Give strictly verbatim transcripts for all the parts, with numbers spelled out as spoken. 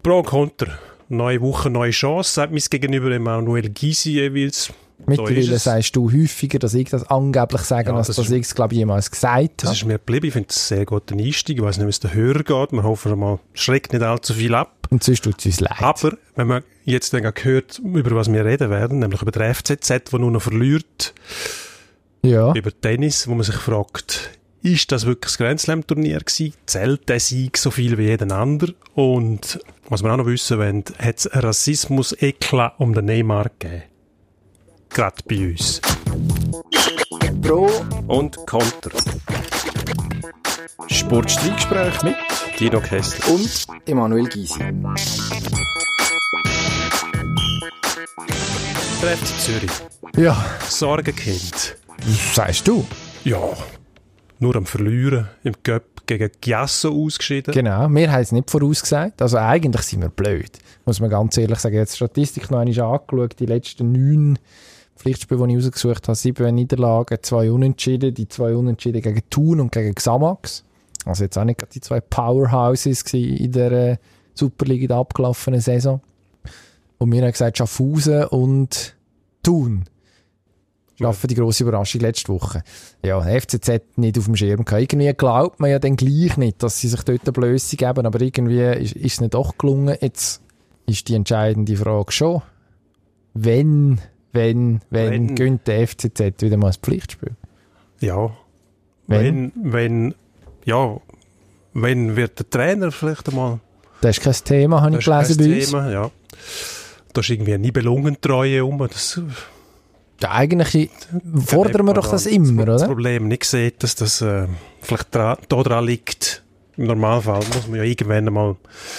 Pro und Konter. Neue Woche, neue Chance, sagt mein Gegenüber Emanuel Gysi jeweils. Mittlerweile sagst du häufiger, dass ich das angeblich sage, ja, als das dass ich es, glaube ich, jemals gesagt habe. Das ist mir geblieben. Ich finde es einen sehr guten Einstieg. Ich weiss nicht, wie es den Hörer geht. Wir hoffen mal, schreckt nicht allzu viel ab. Und sonst tut es uns leid. Aber wenn man jetzt dann gehört, über was wir reden werden, nämlich über den F C Z, der nur noch verliert, ja. über Tennis, wo man sich fragt, ist das wirklich das Grand Slam-Turnier gewesen? Zählt der Sieg so viel wie jeden anderen? Und was wir auch noch wissen wollen, hat es Rassismus-Eklat um den Neymar gegeben? Gerade bei uns. Pro und Konter. Sportstreitgespräch mit Dino Kessler und Emanuel Gysi. Der F C Zürich. Ja. Sorgenkind. Was sagst du? Ja. Nur am Verlieren. Im Cup gegen Giasso ausgeschieden. Genau. Wir haben es nicht vorausgesagt. Also eigentlich sind wir blöd. Muss man ganz ehrlich sagen. Jetzt die Statistik noch einmal angeschaut. Die letzten neun Pflichtspiele, die ich rausgesucht habe, sieben Niederlagen, zwei Unentschieden. Die zwei Unentschieden gegen Thun und gegen Xamax. Also jetzt auch nicht die zwei Powerhouses in der Superliga der abgelaufenen Saison. Und wir haben gesagt, Schaffhausen und Thun schaffen die grosse Überraschung letzte Woche. Ja, der F C Z nicht auf dem Schirm gehabt. Irgendwie glaubt man ja dann gleich nicht, dass sie sich dort eine Blöße geben, aber irgendwie ist, ist es nicht doch gelungen. Jetzt ist die entscheidende Frage schon, wenn, wenn, wenn, wenn gönnt der F C Z wieder mal ein Pflichtspiel? Ja. Wenn, wenn, wenn ja, wenn wird der Trainer vielleicht einmal... Das ist kein Thema, habe ich gelesen bei uns. Thema, ja. Da ist irgendwie eine Nibelungentreue um. Das, ja, eigentlich fordern wir doch das immer, das oder? Das Problem nicht sieht, dass das äh, vielleicht da dran liegt. Im Normalfall muss man ja irgendwann einmal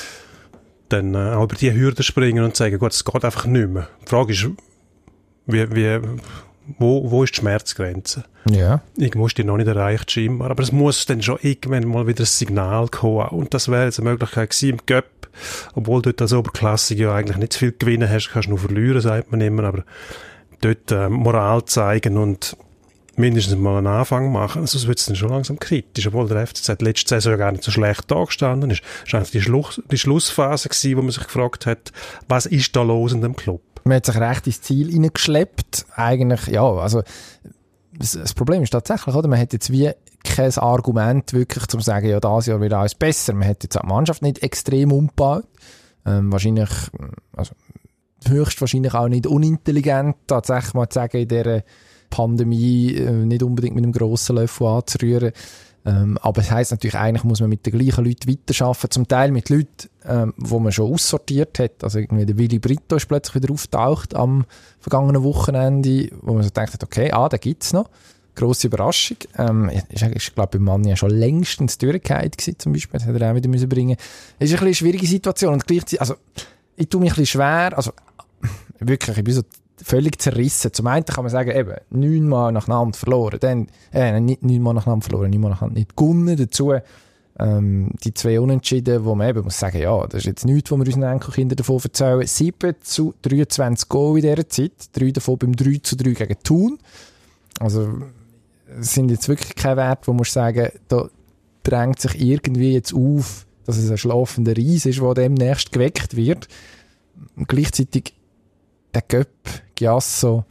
dann äh, über die Hürde springen und sagen, gut, es geht einfach nicht mehr. Die Frage ist, wie, wie, wo, wo ist die Schmerzgrenze? Ja. Irgendwo ist die noch nicht erreicht, scheinbar. Aber es muss dann schon irgendwann mal wieder ein Signal kommen. Und das wäre jetzt eine Möglichkeit gewesen im Cup. Obwohl du dort als Oberklassig ja eigentlich nicht zu viel gewinnen hast, kannst du nur verlieren, sagt man immer. Aber dort äh, Moral zeigen und mindestens mal einen Anfang machen, sonst wird es dann schon langsam kritisch. Obwohl der F C Z letzte Saison ja gar nicht so schlecht dagestanden ist. Es war eigentlich die, Schluss, die Schlussphase gewesen, wo man sich gefragt hat, was ist da los in dem Club? Man hat sich recht ins Ziel hineingeschleppt. Eigentlich, ja, also das Problem ist tatsächlich, oder? Man hat jetzt wie kein Argument wirklich, um zu sagen, ja, dieses Jahr wird alles besser. Man hat jetzt auch die Mannschaft nicht extrem umgebaut. Ähm, wahrscheinlich, also höchstwahrscheinlich auch nicht unintelligent, tatsächlich mal zu sagen, in dieser Pandemie äh, nicht unbedingt mit einem grossen Löffel anzurühren. Ähm, aber es heisst natürlich, eigentlich muss man mit den gleichen Leuten weiterarbeiten, zum Teil mit Leuten, ähm, die man schon aussortiert hat. Also irgendwie der Willy Brito ist plötzlich wieder auftaucht am vergangenen Wochenende, wo man so gedacht hat, okay, ah, den gibt's noch. Grosse Überraschung. Ähm, ist, ist glaube ich, beim Mann ja schon längstens durchgefallen gewesen, zum Beispiel. Das hätte er auch wieder müssen bringen. Es ist ein bisschen eine schwierige Situation und gleichzeitig, also, ich tue mich ein bisschen schwer, also, wirklich, ich bin so völlig zerrissen. Zum einen kann man sagen, eben, neunmal nacheinander verloren, dann, äh, nicht neunmal nacheinander verloren, neunmal nacheinander nicht gewonnen, dazu, ähm, die zwei Unentschieden, wo man eben muss sagen, ja, das ist jetzt nichts, wo wir unseren Enkelkindern davon erzählen. sieben zu dreiundzwanzig Goal in dieser Zeit, drei davon beim drei zu drei gegen Thun. Also, es sind jetzt wirklich keine Werte, wo man sagen, da drängt sich irgendwie jetzt auf, dass es ein schlafender Ries ist, der demnächst geweckt wird. Und gleichzeitig der Göpp, Giasso,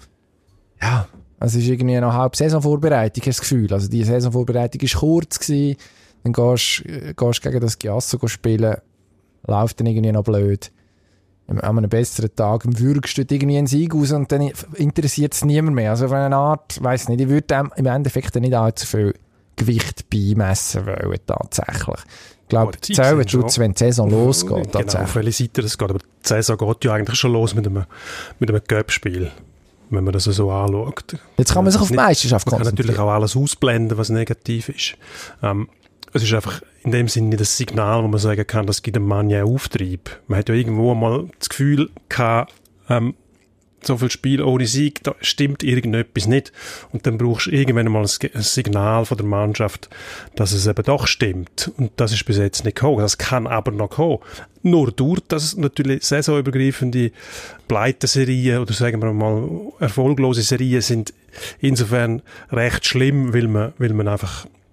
ja, es ist irgendwie noch halb Saisonvorbereitung, hast du das Gefühl. Also die Saisonvorbereitung war kurz gewesen, dann gehst du gegen das Giasso spielen, läuft dann irgendwie noch blöd. An einem besseren Tag würgst du irgendwie einen Sieg aus und dann interessiert es niemand mehr. Also auf eine Art, weiss nicht, ich würde dem im Endeffekt nicht allzu viel Gewicht beimessen wollen, tatsächlich. Ich glaube, zählen tut es, wenn die Saison losgeht. Genau, auf welche Seite das geht. Aber die Saison geht ja eigentlich schon los mit einem, mit einem Cup-Spiel, wenn man das so anschaut. Jetzt kann man sich auf die Meisterschaft konzentrieren. Man kann natürlich auch alles ausblenden, was negativ ist. Ähm, es ist einfach in dem Sinne nicht das Signal, wo man sagen kann, das gibt einem Mann ja Auftrieb. Man hat ja irgendwo mal das Gefühl gehabt, ähm, so viel Spiel ohne Sieg, da stimmt irgendetwas nicht. Und dann brauchst du irgendwann mal ein Signal von der Mannschaft, dass es eben doch stimmt. Und das ist bis jetzt nicht gekommen. Das kann aber noch kommen. Nur durch, dass es natürlich saisonübergreifende Pleitenserien oder sagen wir mal erfolglose Serien sind insofern recht schlimm, weil man, weil man einfach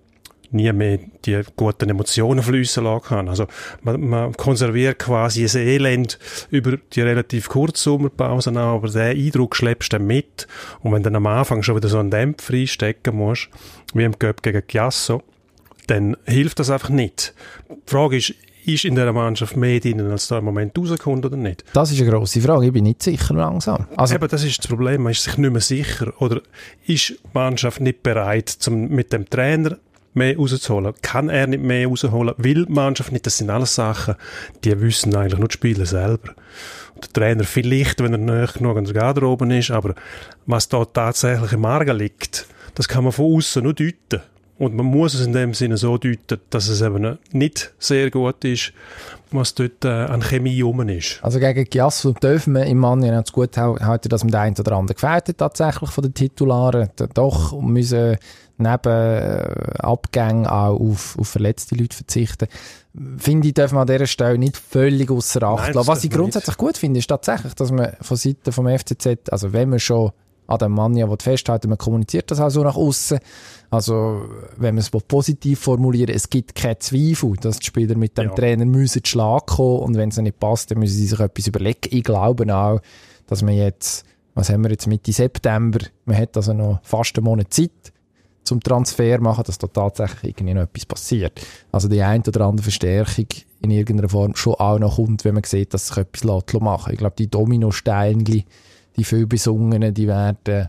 nie mehr die guten Emotionen fließen lassen kann. Also man, man konserviert quasi ein Elend über die relativ kurze Sommerpause an, aber den Eindruck schleppst du dann mit. Und wenn du dann am Anfang schon wieder so einen Dämpfer einstecken musst, wie im Cup gegen Chiasso, dann hilft das einfach nicht. Die Frage ist, ist in dieser Mannschaft mehr drin, als da im Moment rauskommt oder nicht? Das ist eine grosse Frage. Ich bin nicht sicher langsam. Also, Eben, das ist das Problem. Man ist sich nicht mehr sicher. Oder ist die Mannschaft nicht bereit, zum, mit dem Trainer mehr rauszuholen? Kann er nicht mehr rausholen? Will die Mannschaft nicht? Das sind alles Sachen, die wissen eigentlich nur die Spieler selber. Und der Trainer vielleicht, wenn er nicht genug an der Garderobe ist, aber was da tatsächlich im Argen liegt, das kann man von außen nur deuten. Und man muss es in dem Sinne so deuten, dass es eben nicht sehr gut ist, was dort äh, an Chemie rum ist. Also gegen Chiasso dürfen wir im Mann ja nicht gut halten, dass man den einen oder anderen gefällt hat, tatsächlich von den Titularen. Doch müssen neben äh, Abgängen auch auf, auf verletzte Leute verzichten. Finde ich, dürfen wir an dieser Stelle nicht völlig ausser Acht lassen. Was ich grundsätzlich nicht gut finde, ist tatsächlich, dass man von Seiten vom F C Z, also wenn man schon an dem Mann ja festhalten, man kommuniziert das auch so nach außen. Also, wenn man es positiv formulieren, es gibt keinen Zweifel, dass die Spieler mit dem ja. Trainer müssen Schlag kommen und wenn es nicht passt, dann müssen sie sich etwas überlegen. Ich glaube auch, dass man jetzt, was haben wir jetzt Mitte September, man hat also noch fast einen Monat Zeit zum Transfer machen, dass da tatsächlich irgendwie noch etwas passiert. Also die eine oder andere Verstärkung in irgendeiner Form schon auch noch kommt, wenn man sieht, dass sich etwas machen lässt. Ich glaube, die Dominosteinchen, die viel besungenen, die werden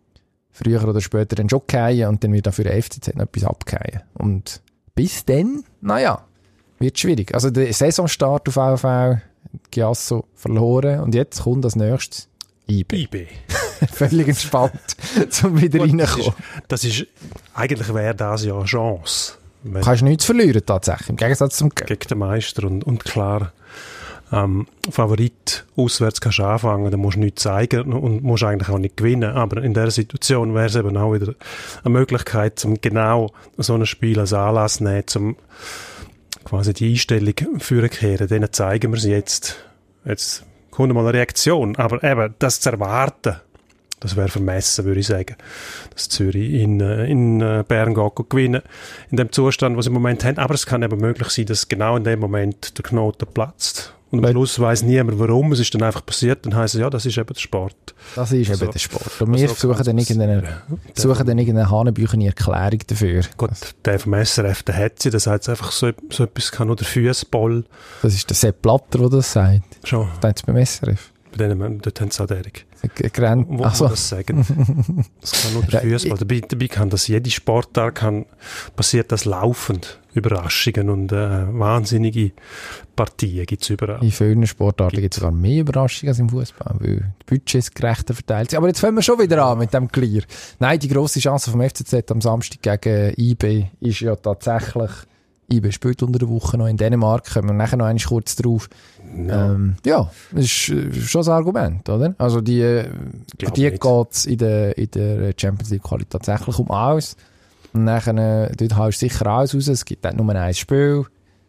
früher oder später dann schon fallen und dann wird auch für den F C Z noch etwas abfallen. Und bis dann, naja, wird schwierig. Also der Saisonstart auf V V, Chiasso verloren und jetzt kommt als nächstes I B. I B. Völlig entspannt, um wieder reinzukommen. Das ist, eigentlich wäre das ja eine Chance. Du kannst nichts verlieren tatsächlich, im Gegensatz zum G- gegen den Meister und, und klar, Ähm, Favorit auswärts kannst du anfangen, dann musst du nichts zeigen und musst eigentlich auch nicht gewinnen. Aber in dieser Situation wäre es eben auch wieder eine Möglichkeit, um genau so ein Spiel als Anlass zu nehmen, um quasi die Einstellung vorzukehren. Denen zeigen wir es jetzt. Jetzt kommt mal eine Reaktion. Aber eben, das zu erwarten, das wäre vermessen, würde ich sagen, dass Zürich in, in Bern geht gewinnen, in dem Zustand, was sie im Moment haben. Aber es kann eben möglich sein, dass genau in dem Moment der Knoten platzt. Und am Schluss weiss niemand, warum. Es ist dann einfach passiert. Dann heisst es, ja, das ist eben der Sport. Das ist also, eben der Sport. Und wir also, suchen dann irgendeine, suchen dann irgendeine hanebüchene Erklärung dafür. Gut, der vom S R F, der hat sie. Das heißt einfach, so, so etwas kann nur der Fußball. Das ist der Sepp Blatter, der das sagt. Schon. Das ist beim S R F. Bei denen, dort haben sie auch Derek. Gren- Wo Ach so. man das sagen? Das kann nur der Fußball. Dabei, dabei kann das jede Sportart kann, passiert das laufend. Überraschungen und äh, wahnsinnige Partien gibt es überall. In vielen Sportarten gibt es sogar mehr Überraschungen als im Fußball, weil die Budgets gerechter verteilt sind. Aber jetzt fangen wir schon wieder an mit dem Clear. Nein, die grosse Chance vom F C Z am Samstag gegen I B ist ja tatsächlich, I B spielt unter der Woche noch in Dänemark, kommen wir nachher noch einmal kurz drauf. Ja, ähm, ja, das ist äh, schon ein Argument, oder? Also die, für die geht es in der, in der Champions League Quali tatsächlich um alles. Und nachher, dort haust du sicher alles raus, es gibt nur ein Spiel.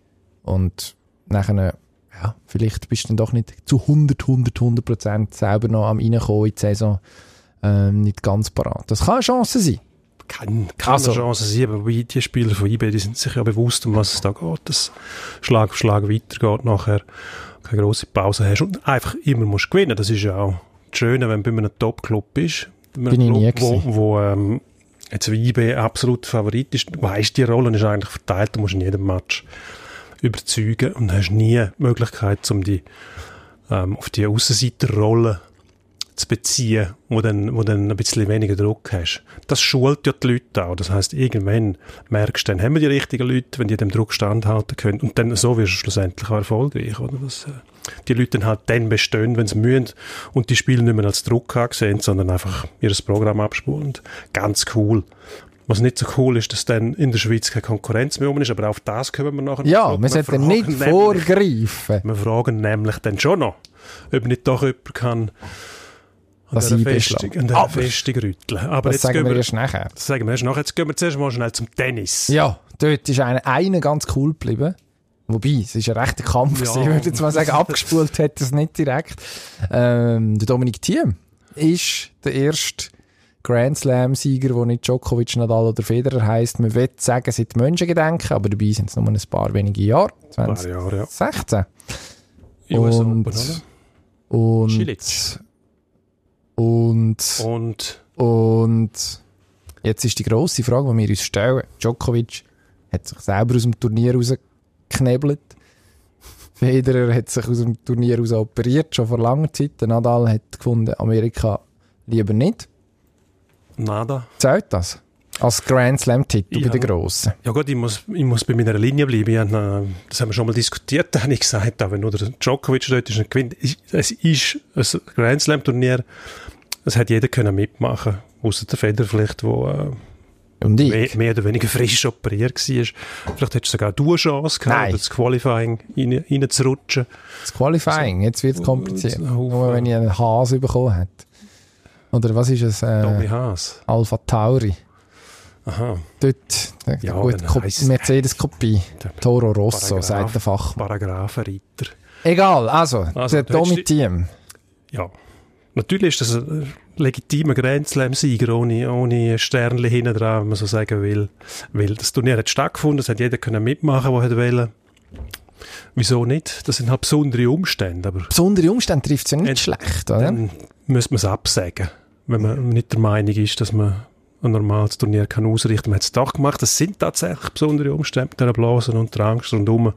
Und nachher, ja, vielleicht bist du dann doch nicht zu hundert, hundert, hundert Prozent selber noch am Reinkommen in die Saison, ähm, nicht ganz parat. Das kann eine Chance sein. Kann, kann also, eine Chance sein, aber die Spieler von I B, die sind sich ja bewusst, um was es da geht, dass Schlag auf Schlag weitergeht, nachher keine grosse Pause hast und einfach immer musst gewinnen. Das ist ja auch das Schöne, wenn du bei einem Top-Club bist. Bei einem Bin Club, ich nie wo, wo ähm, jetzt wie I B absolut Favorit ist. Du weisst, die Rolle ist eigentlich verteilt, du musst in jedem Match überzeugen und hast nie die Möglichkeit, um die ähm, auf die Aussenseiterrolle zu beziehen, wo dann, wo dann ein bisschen weniger Druck hast. Das schult ja die Leute auch. Das heisst, irgendwann merkst du, dann haben wir die richtigen Leute, wenn die dem Druck standhalten können. Und dann so wirst du schlussendlich auch erfolgreich, oder? Dass äh, die Leute dann halt dann bestehen, wenn sie mühen und die Spiele nicht mehr als Druck ansehen, sondern einfach ihr Programm abspulen. Ganz cool. Was nicht so cool ist, dass dann in der Schweiz keine Konkurrenz mehr um ist, aber auf das können wir nachher ja, noch Ja, wir sollten nicht nämlich, vorgreifen. Wir fragen nämlich dann schon noch, ob nicht doch jemand kann an das dieser Festung, an dieser Festung rütteln. Aber das jetzt sagen wir, wir erst nachher. Das sagen wir erst nachher. Jetzt gehen wir zuerst mal schnell zum Tennis. Ja, dort ist einer, einer ganz cool geblieben. Wobei, es ist ein rechter Kampf. Ja. Ich würde jetzt mal sagen, abgespult hat es nicht direkt. Ähm, der Dominic Thiem ist der erste Grand Slam-Sieger, der nicht Djokovic, Nadal oder Federer heisst. Man will sagen, seit Menschengedenken, aber dabei sind es nur ein paar wenige Jahre. zwanzig sechzehn. Ja. U S Und, Open, oder? und, Cilic. und, Und und jetzt ist die grosse Frage, die wir uns stellen. Djokovic hat sich selber aus dem Turnier rausgeknebelt. Federer hat sich aus dem Turnier raus operiert, schon vor langer Zeit. Der Nadal hat gefunden, Amerika lieber nicht. nada. Zählt das? Als Grand Slam-Titel Ja. bei den Grossen. Ja gut, ich muss, ich muss bei meiner Linie bleiben. Ich habe, äh, das haben wir schon mal diskutiert, da habe ich gesagt, wenn nur der Djokovic dort ist und gewinnt, es ist ein Grand Slam-Turnier, es hätte jeder können mitmachen, außer der Federer vielleicht, wo äh, Und ich? mehr, mehr oder weniger frisch operiert war. Vielleicht hättest du sogar du eine Chance gehabt, Nein. das Qualifying rein, reinzurutschen. Das Qualifying, jetzt wird es kompliziert. Und- Nur wenn ich einen Haas bekommen hätte. Oder was ist es? Tommy Äh, Haas. Alpha Tauri. Aha. Dort, äh, Ja, gut, dann Ko- heisst- Mercedes-Kopie. Der Toro Rosso, Paragraph- sagt der Fachmann. Paragraphenreiter. Egal, also, Also, der du hättest Tommy die- Thiem. Ja. Natürlich ist das ein legitimer Grand Slam-Sieger ohne, ohne Sternchen hinten dran, wenn man so sagen will. Weil das Turnier hat stattgefunden, es hat jeder können mitmachen, der wollte. Wieso nicht? Das sind halt besondere Umstände, aber Besondere Umstände trifft es ja nicht Äh, schlecht, oder? dann müsste man es absagen, wenn man nicht der Meinung ist, dass man ein normales Turnier kann ausrichten kann. Man hat es doch gemacht, das sind tatsächlich besondere Umstände mit der Blasen und der Angst rundherum.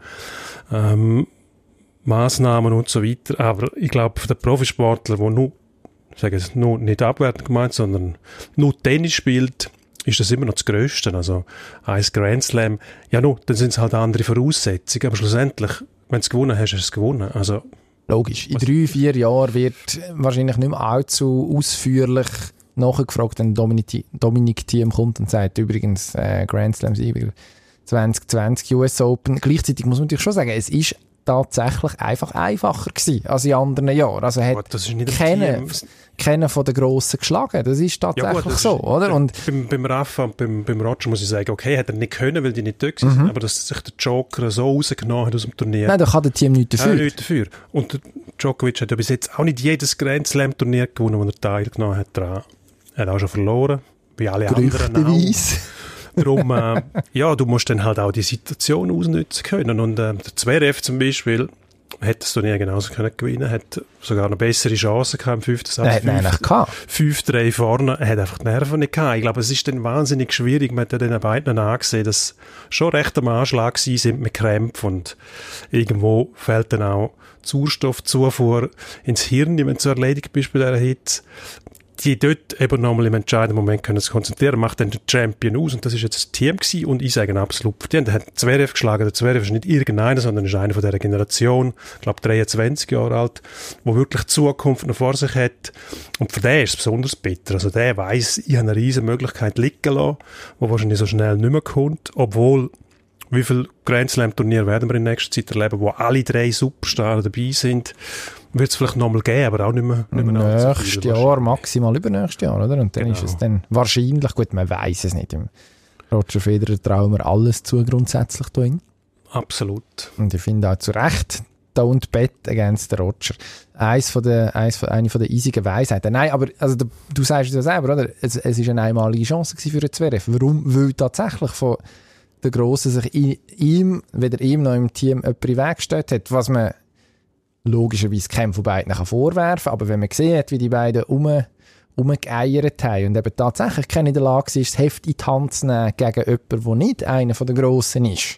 Ähm, Massnahmen und so weiter. Aber ich glaube, für den Profisportler, der nur, ich sage es nur nicht abwertend gemeint, sondern nur Tennis spielt, ist das immer noch das Grösste. Also ein Grand Slam, ja no, dann sind es halt andere Voraussetzungen, aber schlussendlich, wenn du es gewonnen hast, hast du es gewonnen. Also, Logisch. In drei, vier Jahren wird wahrscheinlich nicht mehr allzu ausführlich nachgefragt, wenn Dominik, Dominik Thiem kommt und sagt, übrigens äh, Grand Slam-Sieger zwanzig zwanzig U S Open. Gleichzeitig muss man natürlich schon sagen, es ist tatsächlich einfach einfacher gewesen als in anderen Jahren. Also er gut, hat das ist nicht keinen, keinen von den Grossen geschlagen. Das ist tatsächlich Ja gut, das so, ist, oder? Und beim, beim Rafa und beim, beim Roger muss ich sagen, okay, hat er nicht können, weil die nicht dort waren, Mhm. aber dass sich der Joker so rausgenommen hat aus dem Turnier. nein, da kann der Team nichts dafür. Äh, nichts dafür. Und der Djokovic hat ja bis jetzt auch nicht jedes Grand Slam Turnier gewonnen, wo er teilgenommen hat dran. Er hat auch schon verloren, wie alle anderen auch. Gerüchteweise. Darum, äh, ja, du musst dann halt auch die Situation ausnutzen können. Und äh, der Zverev zum Beispiel hat das Turnier genauso können gewinnen, hat sogar eine bessere Chance gehabt im fünften Satz. Nein, nein, nein, gehabt. fünf drei vorne, er hat einfach die Nerven nicht gehabt. Ich glaube, es ist dann wahnsinnig schwierig, man hat ja den beiden angesehen, dass schon recht am Anschlag gewesen sind mit Krämpfen und irgendwo fällt dann auch Sauerstoffzufuhr ins Hirn, wenn du so erledigt bist bei dieser Hitze. Die dort eben nochmal im entscheidenden Moment können sich konzentrieren, macht dann den Champion aus und das ist jetzt das Team gewesen und ich sage absolut verdient. Er hat Zverev geschlagen, der Zverev ist nicht irgendeiner, sondern ist einer von dieser Generation, ich glaube dreiundzwanzig Jahre alt, wo wirklich die Zukunft noch vor sich hat und für den ist es besonders bitter. Also der weiss, ich habe eine riesen Möglichkeit liegen lassen, die wahrscheinlich so schnell nicht mehr kommt, obwohl wie viele Grand Slam Turniere werden wir in nächster Zeit erleben, wo alle drei Superstars dabei sind, wird es vielleicht nochmal geben, aber auch nicht mehr, nicht mehr allzu viel, Nächstes Jahr, maximal übernächstes Jahr, oder? Und dann Genau. ist es dann wahrscheinlich, gut, man weiss es nicht. Im Roger Federer trauen wir alles zu, grundsätzlich da hin. Absolut. Und ich finde auch zu Recht, don't bet against the Roger. Eins von der, eins von, eine von der eisigen Weisheiten. Nein, aber, also, du, du sagst es ja selber, oder? Es, es ist eine einmalige Chance gewesen für den Zverev. Warum? Weil tatsächlich von der Grossen sich in, ihm, weder ihm noch im Team jemand in den Weg gestellt hat, was man logischerweise keinem von beiden kann vorwerfen, aber wenn man sieht, wie die beiden um, umgeeiert haben und eben tatsächlich keine in der Lage ist, das Heft in die Hand zu nehmen gegen jemanden, der nicht einer von den Grossen ist.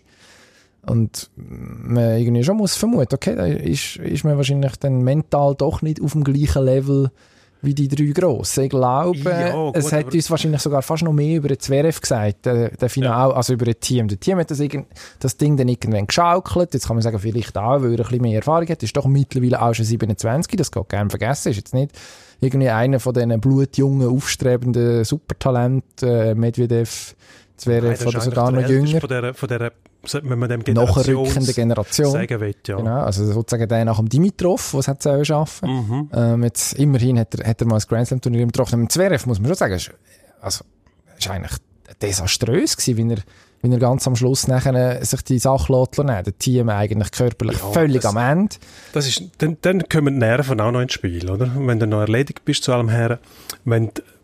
Und man irgendwie schon muss vermuten, okay, da ist, ist man wahrscheinlich dann mental doch nicht auf dem gleichen Level wie die drei Grossen. Ich glaube, Ja, gut, es hat aber- uns wahrscheinlich sogar fast noch mehr über den Zverev gesagt, der, der Final, also über das Team. Das Team hat das, irgend, das Ding dann irgendwann geschaukelt. Jetzt kann man sagen, vielleicht auch, weil er ein bisschen mehr Erfahrung hat. Ist doch mittlerweile auch schon siebenundzwanzig, das geht gerne vergessen. Ist jetzt nicht irgendwie einer von diesen blutjungen, aufstrebenden Supertalenten, äh, Medvedev, Zverev Nein, das ist oder sogar eigentlich noch der Älteste jünger. Von der, von der, wenn man dem Nachrückende Generations Generation. sagen will, ja. Genau, also sozusagen der nach dem Dimitrov, was hat er schaffen. Mhm. Ähm, jetzt immerhin hat er, hat er mal ein Grand Slam Turnier im Trocken. Mit Zverev muss man schon sagen, ist, also, ist eigentlich desaströs gewesen, wie er, wie er ganz am Schluss nachher sich die Sache lässt nehmen. Das Team eigentlich körperlich Ja, völlig das- am Ende. Das ist, dann, dann kommen die Nerven auch noch ins Spiel, oder? Wenn du noch erledigt bist zu allem her, wenn du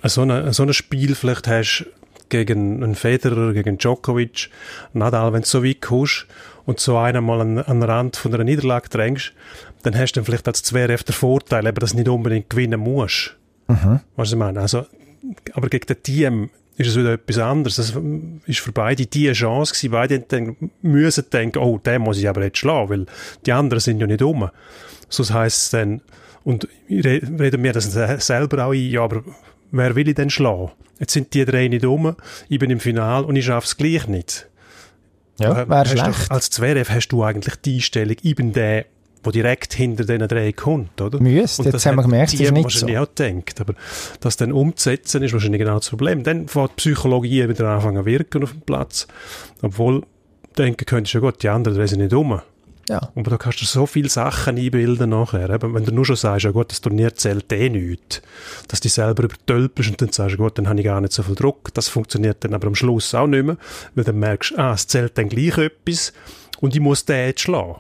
so ein so eine Spiel vielleicht hast gegen einen Federer, gegen einen Djokovic, Nadal, wenn du so weit kommst und so einen mal an, an den Rand von einer Niederlage drängst, dann hast du dann vielleicht als Zverev den Vorteil, eben, dass du nicht unbedingt gewinnen musst. Mhm. Was ich meine? Also, aber gegen das Team ist es wieder etwas anderes. Das ist für beide die Chance gewesen. Beide denken, müssen denken, oh, den muss ich aber jetzt schlagen, weil die anderen sind ja nicht um. So heisst es dann, und reden mir das selber auch ein, ja, aber wer will ich denn schlagen? Jetzt sind die drei nicht um, ich bin im Finale und ich schaffe es gleich nicht. Ja, wäre schlecht. Doch, als Zverev hast du eigentlich die Einstellung, ich bin der, der direkt hinter diesen drei kommt, oder? Müsste, jetzt haben wir gemerkt, das ist nicht so. Wahrscheinlich auch gedacht, aber das dann umzusetzen, ist wahrscheinlich genau das Problem. Dann fängt die Psychologie wieder anfangen zu wirken auf dem Platz, obwohl denken könntest, ja gut, die anderen drei sind nicht um. Ja. Aber da kannst du so viele Sachen einbilden nachher. Eben, wenn du nur schon sagst, ja gut, das Turnier zählt eh nichts, dass du selber übertölpelst und dann sagst, gut, dann habe ich gar nicht so viel Druck. Das funktioniert dann aber am Schluss auch nicht mehr, weil dann merkst du, ah, es zählt dann gleich etwas und ich muss den jetzt schlagen.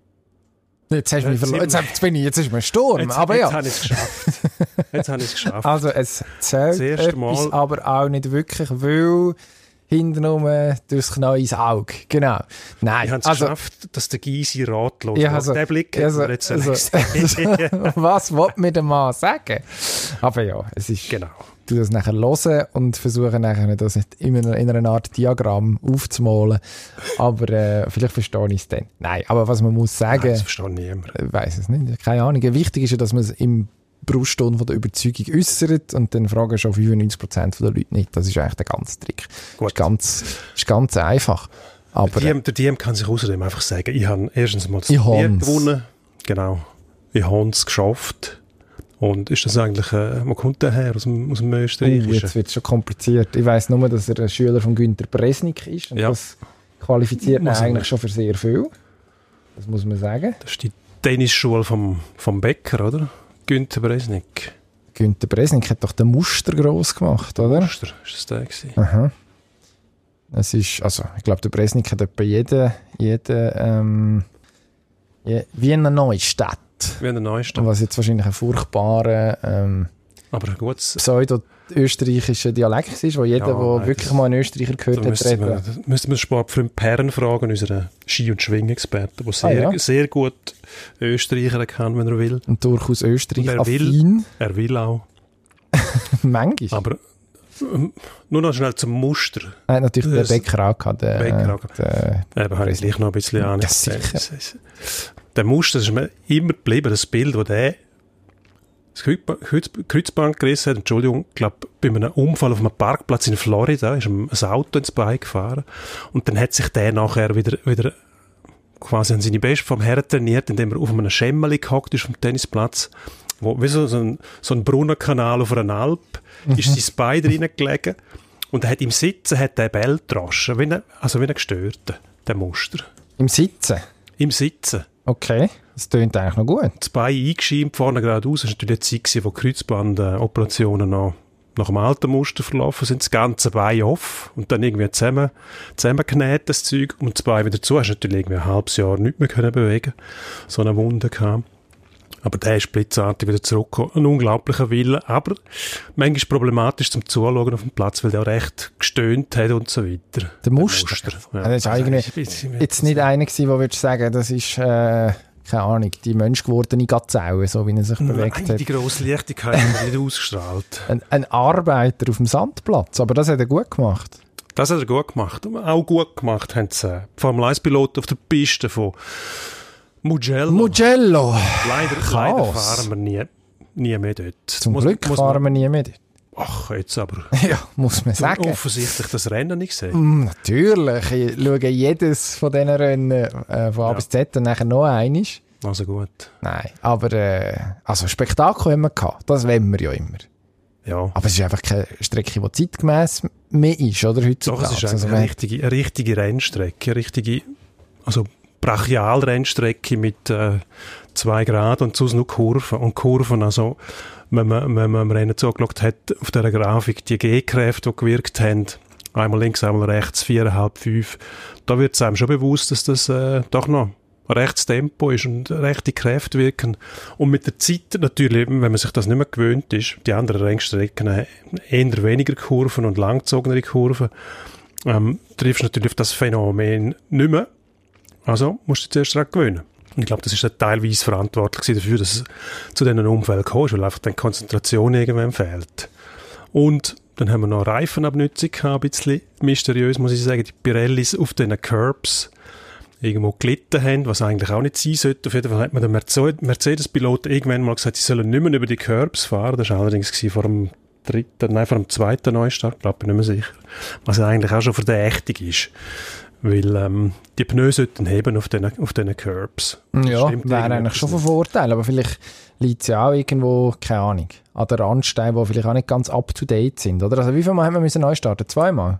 Jetzt hast du mich verloren. Jetzt, jetzt bin ich, jetzt ist mir ein Sturm. Jetzt, aber jetzt ja. habe ich es geschafft. Jetzt habe ich es geschafft. Also es zählt etwas, Mal. aber auch nicht wirklich, weil hintenrum durchs Knie ins Auge. Genau. Nein. Ich habe es also, geschafft, dass der Gysi ratlos ja, also, der Blick also, hat jetzt also, also, was will mir der Mann sagen? Aber ja, es ist... Genau. Du das nachher hören und versuchen nachher das in einer, in einer Art Diagramm aufzumalen. Aber äh, vielleicht verstehe ich es dann. Nein, aber was man muss sagen... Nein, das versteht niemand. Ich weiss es nicht, keine Ahnung. Wichtig ist ja, dass man es im Brustton von der Überzeugung äußert und dann fragen schon fünfundneunzig Prozent der Leute nicht. Das ist eigentlich der ganze Trick. Gut. Ist ganz, ist ganz einfach. Aber, der, D M, der D M kann sich außerdem einfach sagen, ich habe erstens mal das Turnier gewonnen. Genau. Ich habe es geschafft. Und ist das eigentlich, äh, wo kommt der her? Aus dem, aus dem Österreichischen? Uh, jetzt wird es schon kompliziert. Ich weiss nur, dass er ein Schüler von Günter Bresnik ist. Und ja. das qualifiziert ihn eigentlich schon für sehr viel. Das muss man sagen. Das ist die Tennisschule vom, vom Bäcker, oder? Günter Bresnik. Günter Bresnik hat doch den Muster gross gemacht, oder? Muster, ist das der gewesen? Aha. Es ist, also, ich glaube, der Bresnik hat etwa jede, jede, ähm, je, wie eine Neustadt. Wie eine Neustadt. Was jetzt wahrscheinlich ein furchtbarer, ähm, aber gut. pseudo-österreichischer Dialekt ist, wo jeder, der ja, wirklich mal einen Österreicher gehört hat, müsste man, müsste man Sportfreund Perren fragen, unseren Ski- und Schwingexperten, der sehr, ah, ja. sehr gut Österreicher kann, wenn er will. Und durchaus Österreich er will, er will auch. Manchmal. Aber ähm, nur noch schnell zum Muster. Er hat natürlich den Bäcker auch gehabt. Den, Bäcker auch gehabt. Eben, habe ich gleich noch ein bisschen an. Ja, sicher. Der Muster, das ist mir immer geblieben, das Bild, wo der das Kreuzband gerissen hat, Entschuldigung, ich glaube, bei einem Unfall auf einem Parkplatz in Florida ist ihm ein Auto ins Bein gefahren und dann hat sich der nachher wieder, wieder quasi an seine Bestform her trainiert, indem er auf einem Schemmeli gehockt ist vom Tennisplatz, wo wie so, so ein, so ein Brunnenkanal auf einer Alp, mhm. ist sein Bein drin gelegen und er hat im Sitzen hat der Bell getroschen, wie ein, also wie ein Gestörter, der Muster. Im Sitzen? Im Sitzen. Okay, das tönt eigentlich noch gut. Das Bein eingeschiebt, vorne geradeaus. Das war natürlich die Zeit, wo Kreuzbandoperationen noch nach dem alten Muster verlaufen sind. Das ganze Bein off und dann irgendwie zusammen, zusammengenäht, das Zeug. Und das Bein wieder zu. Hast du natürlich irgendwie ein halbes Jahr nicht mehr können bewegen. So eine Wunde gehabt. Aber der ist blitzartig wieder zurückgekommen. Ein unglaublicher Wille. Aber manchmal problematisch zum Zuschauen auf dem Platz, weil der auch recht gestöhnt hat und so weiter. Der Muster? Der Muster. Ja. Das ist eigentlich jetzt nicht einer gewesen, wo würdest du sagen, das ist, äh, keine Ahnung, die menschgewordene Gazelle, so wie er sich Nein, bewegt hat. Die grosse Leichtigkeit hat er nicht ausgestrahlt. Ein, ein Arbeiter auf dem Sandplatz, aber das hat er gut gemacht. Das hat er gut gemacht. Auch gut gemacht haben sie die Formel eins Piloten auf der Piste von Mugello. Mugello. Leider, leider fahren wir nie, nie mehr dort. Zum muss, Glück muss fahren wir nie mehr dort. Ach, jetzt aber. Ja, muss man sagen. Offensichtlich das Rennen nicht gesehen. Mm, natürlich. Ich schaue jedes von diesen Rennen äh, von A bis Z und nachher noch eines. Also gut. Nein, aber äh, also Spektakel haben wir gehabt. Das wollen wir ja immer. Ja. Aber es ist einfach keine Strecke, die zeitgemäss mehr ist, oder? Heutzutage. Doch, es ist also eine, richtige, eine richtige Rennstrecke. Eine richtige, also Brachial-Rennstrecke mit äh, zwei Grad und sonst nur Kurven. Und Kurven, also wenn man, wenn man am Rennen zugeschaut hat, auf dieser Grafik, die G-Kräfte, die gewirkt haben, einmal links, einmal rechts, viereinhalb, fünf, da wird es einem schon bewusst, dass das äh, doch noch ein rechtes Tempo ist und rechte Kräfte wirken. Und mit der Zeit natürlich, wenn man sich das nicht mehr gewöhnt ist, die anderen Rennstrecken haben eher weniger Kurven und langgezogenere Kurven, ähm, triffst du natürlich auf das Phänomen nicht mehr. Also musst du dich zuerst daran gewöhnen. Und ich glaube, das ist ja teilweise verantwortlich dafür, dass es zu diesen Unfällen kommt, weil einfach die Konzentration irgendwann fehlt. Und dann haben wir noch Reifenabnutzung gehabt, ein bisschen mysteriös, muss ich sagen. Die Pirellis auf diesen Curbs irgendwo gelitten haben, was eigentlich auch nicht sein sollte. Auf jeden Fall hat man den Mercedes-Piloten irgendwann mal gesagt, sie sollen nicht mehr über die Curbs fahren. Das war allerdings vor dem dritten, nein, vor dem zweiten Neustart, glaube ich, nicht mehr sicher. Was ja eigentlich auch schon verdächtig ist. Weil ähm, die Pneu sollten heben auf diesen auf den Curbs. Ja, wäre eigentlich schon von Vorteil, aber vielleicht liegt es ja auch irgendwo, keine Ahnung, an den Randsteinen, die vielleicht auch nicht ganz up-to-date sind, oder? Also wie viel Mal haben wir müssen neu starten? Zweimal?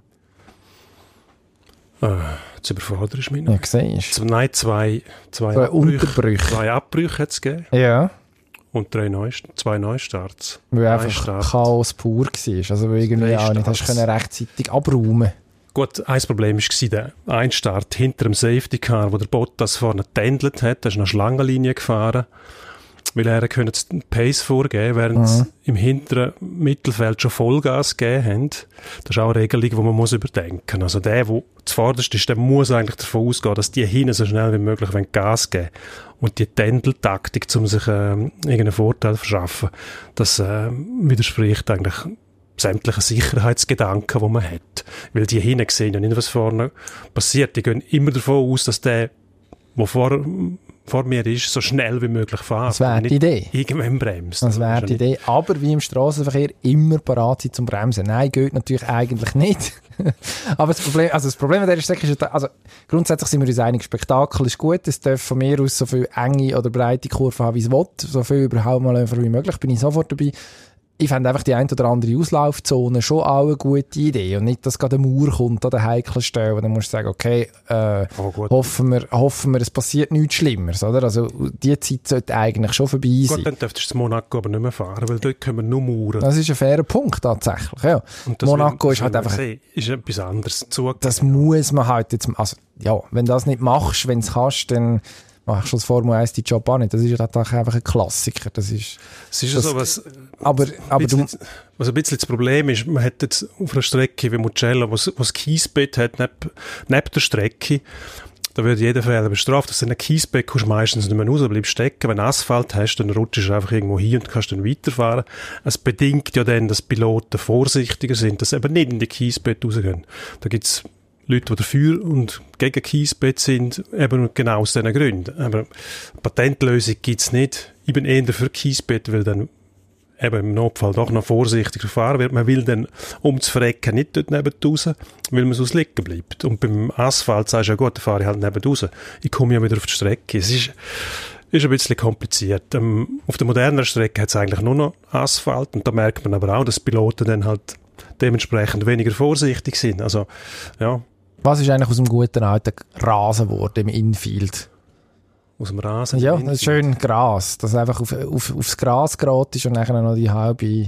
Äh, jetzt überforderst du mich noch. Ja, siehst du. Nein, zwei, zwei, zwei Abbrüche. Unterbrüche. Zwei Abbrüche hat es gegeben. Ja. Und drei Neust- zwei Neustarts. Weil einfach Chaos pur war. Also weil irgendwie auch nicht hast können rechtzeitig abräumen. Gut, ein Problem war der Einstart hinter dem Safety Car, wo der Bottas vorne getändelt hat. Er ist nach Schlangenlinie gefahren, weil er können den Pace vorgeben, während mhm. sie im hinteren Mittelfeld schon Vollgas gegeben haben. Das ist auch eine Regelung, die man muss überdenken muss. Also der, der zuvorderst ist, der muss eigentlich davon ausgehen, dass die hinten so schnell wie möglich Gas geben wollen. Und die Tändeltaktik, um sich äh, irgendeinen Vorteil zu verschaffen, das äh, widerspricht eigentlich sämtlichen Sicherheitsgedanken, die man hat. Weil die hinten sehen ja nicht, was vorne passiert. Die gehen immer davon aus, dass der, der vor, vor mir ist, so schnell wie möglich fährt. Das wäre die Idee. Irgendwann bremst. Das wäre die Idee. Aber wie im Strassenverkehr immer parat sein zum Bremsen. Nein, geht natürlich eigentlich nicht. Aber das Problem, also das Problem an dieser Strecke ist, also grundsätzlich sind wir uns einig, Spektakel ist gut. Es darf von mir aus so viel enge oder breite Kurven haben, wie es will. So viel überhaupt mal einfach wie möglich. Bin ich sofort dabei. Ich fände einfach die ein oder andere Auslaufzone schon auch eine gute Idee. Und nicht, dass gerade eine Mauer kommt an der heiklen Stelle. Dann musst du sagen, okay, äh, oh, hoffen wir, hoffen wir, es passiert nichts Schlimmeres, oder? Also, die Zeit sollte eigentlich schon vorbei sein. Gut, dann dürftest du das Monaco aber nicht mehr fahren, weil dort können wir nur Mauern. Das ist ein fairer Punkt, tatsächlich, ja. Monaco will, ist halt einfach... Sehen, ist etwas anderes. Zugegeben. Das muss man halt jetzt, also, ja, wenn du das nicht machst, wenn du es kannst, dann machst du als Formel eins die Job auch nicht. Das ist ja einfach ein Klassiker. Das ist, es ist ja so, was, aber, aber bisschen, du, was ein bisschen das Problem ist, man hat jetzt auf einer Strecke wie Mugello, wo es Kiesbett hat, neben, neben der Strecke, da wird jeder Fehler bestraft. Aus einem Kiesbett kommst du meistens nicht mehr raus, bleibst stecken. Wenn du Asphalt hast, dann rutschst du einfach irgendwo hin und kannst dann weiterfahren. Es bedingt ja dann, dass Piloten vorsichtiger sind, dass sie eben nicht in die Kiesbett rausgehen. Da gibt's Leute, die dafür und gegen Kiesbett sind, eben genau aus diesen Gründen. Aber eine Patentlösung gibt's nicht. Ich bin eher für Kiesbett, weil dann eben im Notfall doch noch vorsichtig verfahren wird. Man will dann um zu verrecken nicht dort neben raus, weil man sonst liegen bleibt. Und beim Asphalt sagst du ja gut, da fahre ich halt neben raus. Ich komme ja wieder auf die Strecke. Es ist, ist ein bisschen kompliziert. Ähm, auf der modernen Strecke hat es eigentlich nur noch Asphalt und da merkt man aber auch, dass Piloten dann halt dementsprechend weniger vorsichtig sind. Also, ja. Was ist eigentlich aus dem guten alten Rasen geworden im Infield? Aus dem Rasen? Ja, das ist schön Gras. Dass einfach auf, auf, aufs Gras gerät ist und dann noch die halbe,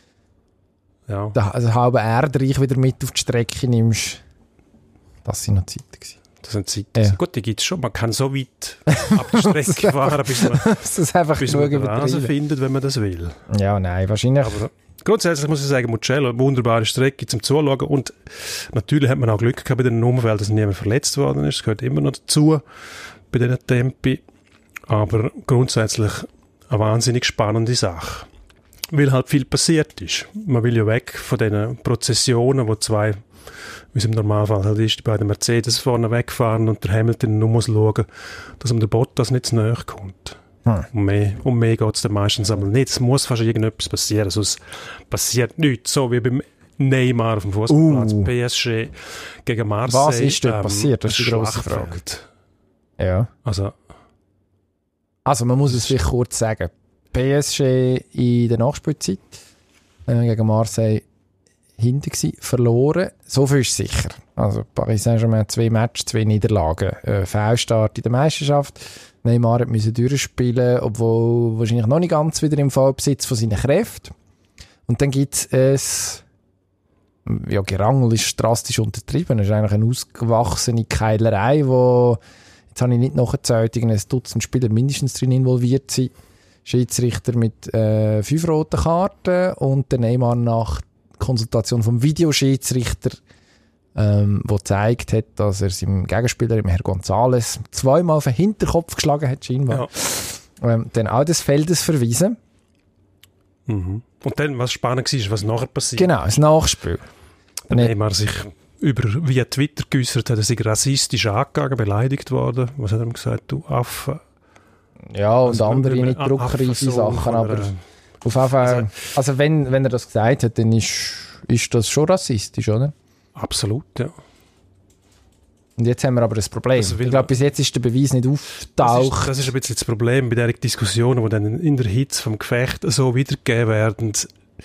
ja. also halbe Erdreich wieder mit auf die Strecke nimmst. Das sind noch Zeiten gewesen. Das sind Zeiten. Ja. Gut, die gibt es schon. Man kann so weit ab der Strecke fahren, bis man, das einfach bis man den Rasen findet, wenn man das will. Ja, nein, wahrscheinlich. Aber grundsätzlich muss ich sagen, Mugello, eine wunderbare Strecke zum Zuschauen. Und natürlich hat man auch Glück gehabt bei den Umfällen, dass niemand verletzt worden ist. Das gehört immer noch dazu bei diesen Tempi. Aber grundsätzlich eine wahnsinnig spannende Sache. Weil halt viel passiert ist. Man will ja weg von diesen Prozessionen, wo zwei, wie es im Normalfall halt ist, die beiden Mercedes vorne wegfahren und der Hamilton nur muss schauen, dass um der Bottas nicht zu nahe kommt. Hm. Um mehr, um mehr geht es dann meistens aber nicht. Es muss fast irgendetwas passieren. Also es passiert nichts. So wie beim Neymar auf dem Fußballplatz, uh. P S G gegen Marseille. Was ist dort ähm, passiert? Das ist die grosse Frage. Ja. Also, also man muss es vielleicht kurz sagen. P S G in der Nachspielzeit äh, gegen Marseille hinten gewesen, verloren. So viel ist sicher. Also Paris Saint-Germain zwei Matches, zwei Niederlagen. Äh, Fehlstart in der Meisterschaft. Neymar musste durchspielen, obwohl wahrscheinlich noch nicht ganz wieder im Vollbesitz von seinen Kräften. Und dann gibt es ja, Gerangel ist drastisch untertrieben. Es ist eigentlich eine ausgewachsene Keilerei, die jetzt habe ich nicht nachgezählt, ein Dutzend Spieler mindestens drin involviert sind. Schiedsrichter mit äh, fünf roten Karten und der Neymar nach Konsultation vom Videoschiedsrichter, ähm, wo gezeigt hat, dass er seinem Gegenspieler, dem Herr González, zweimal auf den Hinterkopf geschlagen hat, scheinbar. Ja. Ähm, dann auch des Feldes verwiesen. Mhm. Und dann, was spannend war, was nachher passiert. Genau, das Nachspiel. Der Neymar sich über via Twitter geäussert hat, er sei rassistisch angegangen, beleidigt worden. Was hat er ihm gesagt? Du Affe. Ja, und also, andere nicht druckreife Sachen, aber einer, auf jeden Fall, also, also wenn, wenn er das gesagt hat, dann ist, ist das schon rassistisch, oder? Absolut, ja. Und jetzt haben wir aber ein Problem. Also, ich glaube, bis jetzt ist der Beweis nicht aufgetaucht. Das ist, das ist ein bisschen das Problem bei diesen Diskussionen, die dann in der Hitze vom Gefecht so wiedergegeben werden.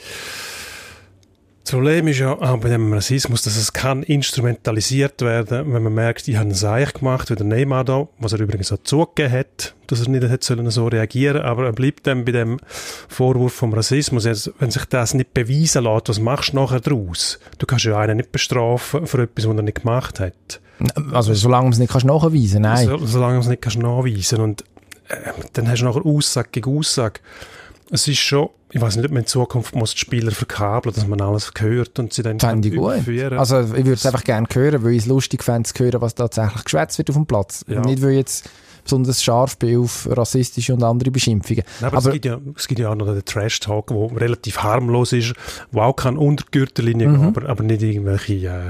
Das Problem ist ja auch bei dem Rassismus, dass es kann instrumentalisiert werden, wenn man merkt, ich habe ein Seich gemacht, wie der Neymar da, was er übrigens auch zugegeben hat, dass er nicht hätte sollen so reagieren, aber er bleibt dann bei dem Vorwurf vom Rassismus. Also, wenn sich das nicht beweisen lässt, was machst du nachher daraus? Du kannst ja einen nicht bestrafen für etwas, was er nicht gemacht hat. Also solange du es nicht kannst nachweisen, nein. So, solange du es nicht kannst nachweisen und äh, dann hast du nachher Aussage gegen Aussage. Es ist schon, ich weiß nicht, ob man in Zukunft muss die Spieler verkabeln, dass man alles hört und sie dann fände ich gut. Überführen. Also ich würde es einfach gerne hören, weil ich es lustig fände zu hören, was tatsächlich geschwätzt wird auf dem Platz. Ja. Nicht, weil ich jetzt besonders scharf bin auf rassistische und andere Beschimpfungen. Nein, aber, aber es, gibt ja, es gibt ja auch noch den Trash-Talk, der relativ harmlos ist, der auch kann unter die Gürtellinie mhm. gehen, aber, aber nicht irgendwelche... Äh,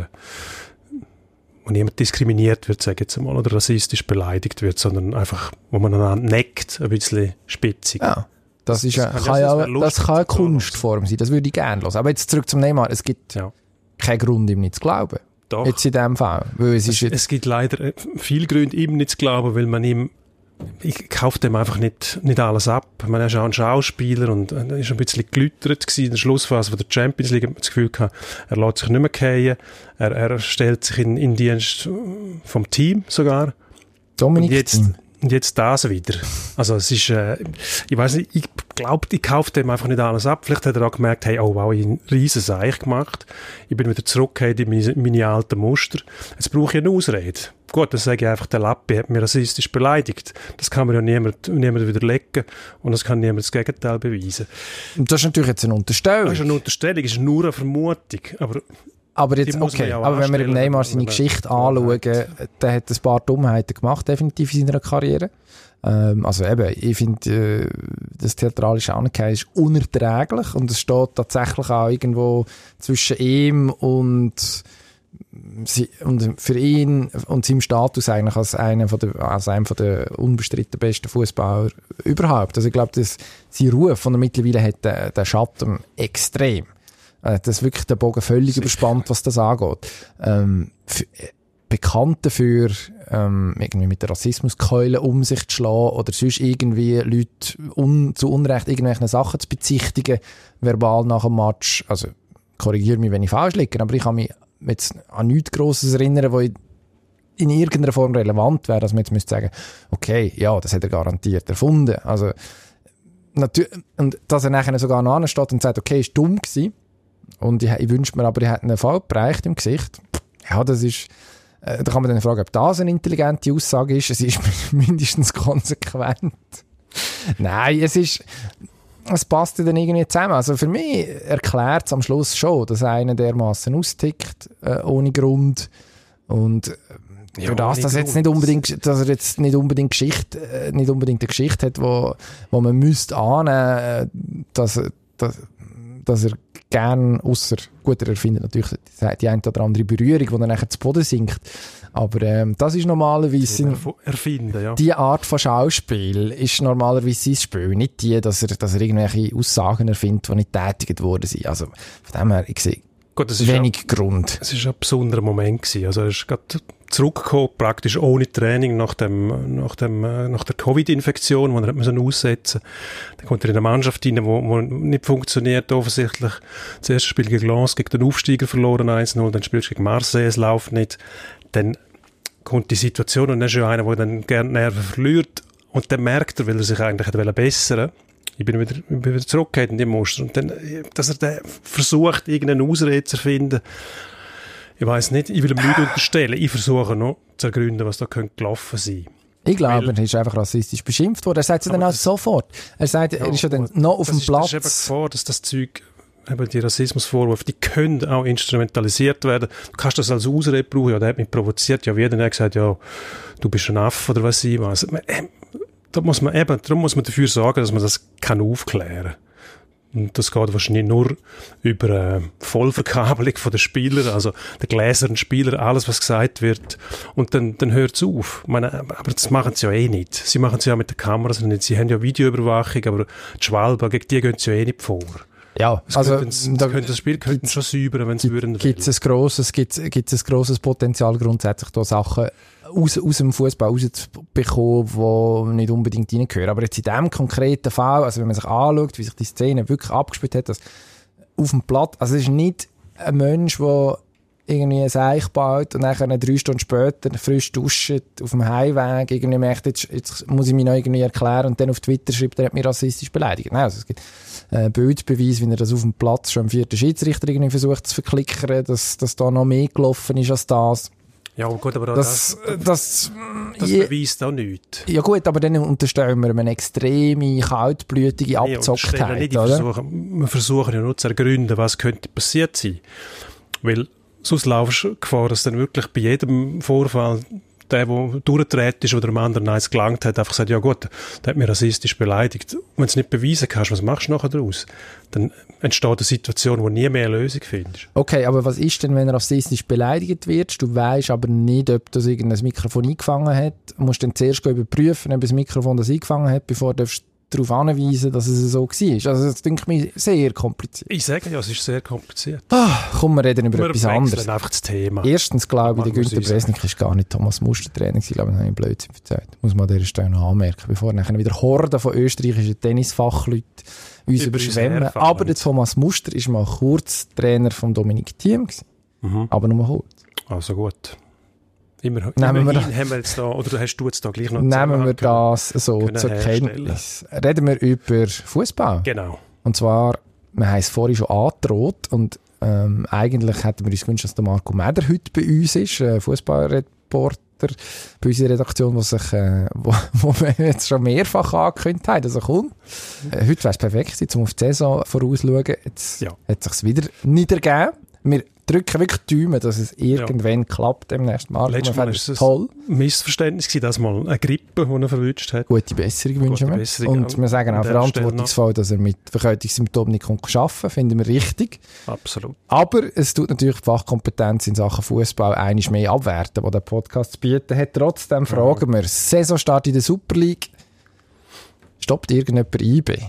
wo niemand diskriminiert wird, sage ich jetzt mal, oder rassistisch beleidigt wird, sondern einfach, wo man einander neckt, ein bisschen spitzig. Ja. Das, das, ist das, kann, kann ja, das, das kann eine Kunstform sein, das würde ich gerne hören. Aber jetzt zurück zum Neymar, es gibt ja. keinen Grund, ihm nicht zu glauben. Doch. Jetzt in dem Fall. Weil es, es, ist jetzt es gibt leider viele Gründe, ihm nicht zu glauben, weil man ihm, ich kaufe dem einfach nicht, nicht alles ab. Man ist auch ein Schauspieler und er ist ein bisschen gelüttert gewesen in der Schlussphase von der Champions League, hat man das Gefühl gehabt, er lässt sich nicht mehr fallen, er, er stellt sich in, in Dienst vom Team sogar. Dominik und jetzt, und jetzt das wieder. Also es ist, äh, ich weiss nicht, ich glaube, ich kaufe dem einfach nicht alles ab. Vielleicht hat er auch gemerkt, hey, oh wow, ich habe einen riesen Seich gemacht. Ich bin wieder zurückgekehrt in meine, meine alten Muster. Jetzt brauche ich eine Ausrede. Gut, dann sage ich einfach, der Lappi hat mich rassistisch beleidigt. Das kann man ja niemand, niemand widerlegen und das kann niemand das Gegenteil beweisen. Das ist natürlich jetzt eine Unterstellung. Das ist eine Unterstellung, das ist nur eine Vermutung. Aber Aber jetzt, okay, aber wenn wir im Neymar seine Geschichte anschauen, der hat ein paar Dummheiten gemacht, definitiv in seiner Karriere. Ähm, also eben, ich finde, äh, das theatralische Angehen ist unerträglich und es steht tatsächlich auch irgendwo zwischen ihm und, sie, und für ihn und seinem Status eigentlich als einer von der, als einem von der unbestritten besten Fußballer überhaupt. Also ich glaube, dass sein Ruf, den er mittlerweile hat, der, der Schatten extrem. Das ist wirklich der Bogen völlig Sicher. überspannt, was das angeht. Ähm, für, äh, bekannt dafür, ähm, irgendwie mit der Rassismuskeule um sich zu schlagen oder sonst irgendwie Leute un, zu Unrecht irgendwelche Sachen zu bezichtigen, verbal nach dem Match. Also, korrigiere mich, wenn ich falsch liege, aber ich kann mich jetzt an nichts Grosses erinnern, wo ich in irgendeiner Form relevant wäre, dass man jetzt müsste sagen, okay, ja, das hat er garantiert erfunden. Also, natürlich, und dass er nachher sogar noch ansteht und sagt, okay, ist dumm gewesen. Und ich, ich wünsche mir aber, ich hätte einen Fall bereicht im Gesicht. Ja, das ist, äh, da kann man dann fragen, ob das eine intelligente Aussage ist. Es ist mindestens konsequent. Nein, es ist, es passt dann irgendwie zusammen. Also für mich erklärt es am Schluss schon, dass einer dermaßen austickt, äh, ohne Grund. Und äh, ja, für das, dass, jetzt nicht unbedingt, dass er jetzt nicht unbedingt Geschichte, äh, nicht unbedingt eine Geschichte hat, wo, wo man müsste ahnen, äh, dass, dass, dass er gern, ausser, gut, er erfindet natürlich die eine oder andere Berührung, die dann nachher zu Boden sinkt. Aber ähm, das ist normalerweise... Erfinden, ja. Die Art von Schauspiel ist normalerweise sein Spiel. Nicht die, dass er, dass er irgendwelche Aussagen erfindet, die nicht tätigt worden sind. Also von dem her, ich sehe Gut, wenig ja, Grund. Es war ein besonderer Moment gewesen. Also er ist gerade zurückgekommen, praktisch ohne Training nach dem, nach dem, nach der Covid-Infektion, die er hat aussetzen musste. Dann kommt er in eine Mannschaft rein, wo, wo nicht funktioniert, offensichtlich. Das erste Spiel gegen Lens, gegen den Aufsteiger verloren, eins null, dann spielst du gegen Marseille, es läuft nicht. Dann kommt die Situation und dann ist ja einer, der dann gerne Nerven verliert und dann merkt er, weil er sich eigentlich hätte bessern wollte, ich bin wieder, ich bin wieder zurückgekehrt in die Muster. Und dann, dass er dann versucht, irgendeine Ausrede zu finden, ich weiss nicht, ich will ihm nicht unterstellen. Ich versuche noch zu ergründen, was da könnte gelaufen sein. Ich glaube, er ist einfach rassistisch beschimpft worden. Er sagt es dann auch sofort. Er sagt, ja, er ist ja dann noch auf dem Platz. Das ist eben Gefahr, dass das Zeug, eben die Rassismusvorwürfe, die können auch instrumentalisiert werden. Du kannst das als Ausrede brauchen. Ja, der hat mich provoziert. Ja, wie dann hat gesagt, ja, du bist ein Affe oder was ich weiß. Da muss man eben, darum muss man dafür sorgen, dass man das kann aufklären kann. Und das geht wahrscheinlich nur über eine Vollverkabelung von den Spielern, also der gläsernen Spieler, alles, was gesagt wird. Und dann, dann hört es auf. Ich meine, aber das machen sie ja eh nicht. Sie machen es ja mit den Kameras nicht. Sie haben ja Videoüberwachung, aber die Schwalben, gegen die gehen sie ja eh nicht vor. Ja, das also könnten, da, das Spiel könnten schon säubern, wenn sie würden. Gibt es ein grosses, gibt's, gibt's ein grosses Potenzial, grundsätzlich da Sachen aus, aus dem Fußball rauszubekommen, die nicht unbedingt reingehören. Aber jetzt in diesem konkreten Fall, also wenn man sich anschaut, wie sich die Szene wirklich abgespielt hat, dass auf dem Platz, also es ist nicht ein Mensch, der irgendwie ein Eich baut und dann drei Stunden später frisch duscht auf dem Heimweg, irgendwie merkt, jetzt, jetzt muss ich mich noch irgendwie erklären und dann auf Twitter schreibt, er hat mich rassistisch beleidigt. Nein, also es gibt äh, Bildbeweis, wie er das auf dem Platz schon am vierten Schiedsrichter irgendwie versucht zu verklickern, dass, dass da noch mehr gelaufen ist als das. Ja, gut, aber das, das, das, das je, beweist auch nichts. Ja gut, aber dann unterstellen wir eine extreme, kaltblütige Abzocktheit. Nee, oder? Versuchen, wir versuchen ja nur zu ergründen, was könnte passiert sein. Weil sonst laufst du Gefahr, dass dann wirklich bei jedem Vorfall der, der durchgedreht ist oder dem anderen eins gelangt hat, einfach sagt, ja gut, der hat mich rassistisch beleidigt. Und wenn du es nicht beweisen kannst, was machst du nachher daraus? Dann entsteht eine Situation, wo nie mehr eine Lösung findest. Okay, aber was ist denn, wenn er rassistisch beleidigt wird? Du weißt aber nicht, ob das irgendein Mikrofon eingefangen hat. Du musst dann zuerst überprüfen, ob das Mikrofon das eingefangen hat, bevor du darauf anweisen, dass es so war. Also das denke ich mir sehr kompliziert. Ich sage ja, es ist sehr kompliziert. Ah, komm, wir reden über wir etwas anderes. einfach das Thema. Erstens glaube ich, der Günther Bresnik ist gar nicht Thomas Muster Trainer. Ich glaube, das habe ich Blödsinn erzählt. Muss man an dieser Stelle noch anmerken, bevor nachher wieder Horden von österreichischen Tennisfachleuten uns über überschwemmen. Aber der Thomas Muster war mal kurz Trainer von Dominik Thiem. Mhm. Aber nur kurz. Also gut. Immer, nehmen wir, haben wir jetzt da, oder hast du jetzt da gleich noch nehmen wir das so zur Kenntnis. Reden wir über Fußball. Genau. Und zwar, wir haben es vorhin schon angedroht und ähm, eigentlich hätten wir uns gewünscht, dass der Marco Meder heute bei uns ist, äh, Fußballreporter bei unserer Redaktion, wo, sich, äh, wo, wo wir jetzt schon mehrfach angekündigt haben, dass er kommt. Äh, heute wäre es perfekt gewesen, um auf die Saison vorauszuschauen. Jetzt ja. hat es sich wieder nicht ergeben. Wir drücken wirklich die Daumen, dass es irgendwann ja. klappt im nächsten Mal. Letztes Mal war es toll. Ein Missverständnis gewesen, dass mal eine Grippe, die er verwünscht hat. Gute Besserung wünschen wir. Besserung und wir sagen auch verantwortungsvoll, dass er mit Verkältungssymptomen nicht arbeiten kann. Finden wir richtig. Absolut. Aber es tut natürlich die Fachkompetenz in Sachen Fußball einiges mehr abwerten, die der Podcast zu bieten hat. Trotzdem fragen ja. wir, Saisonstart in der Super League. Stoppt irgendjemand I B?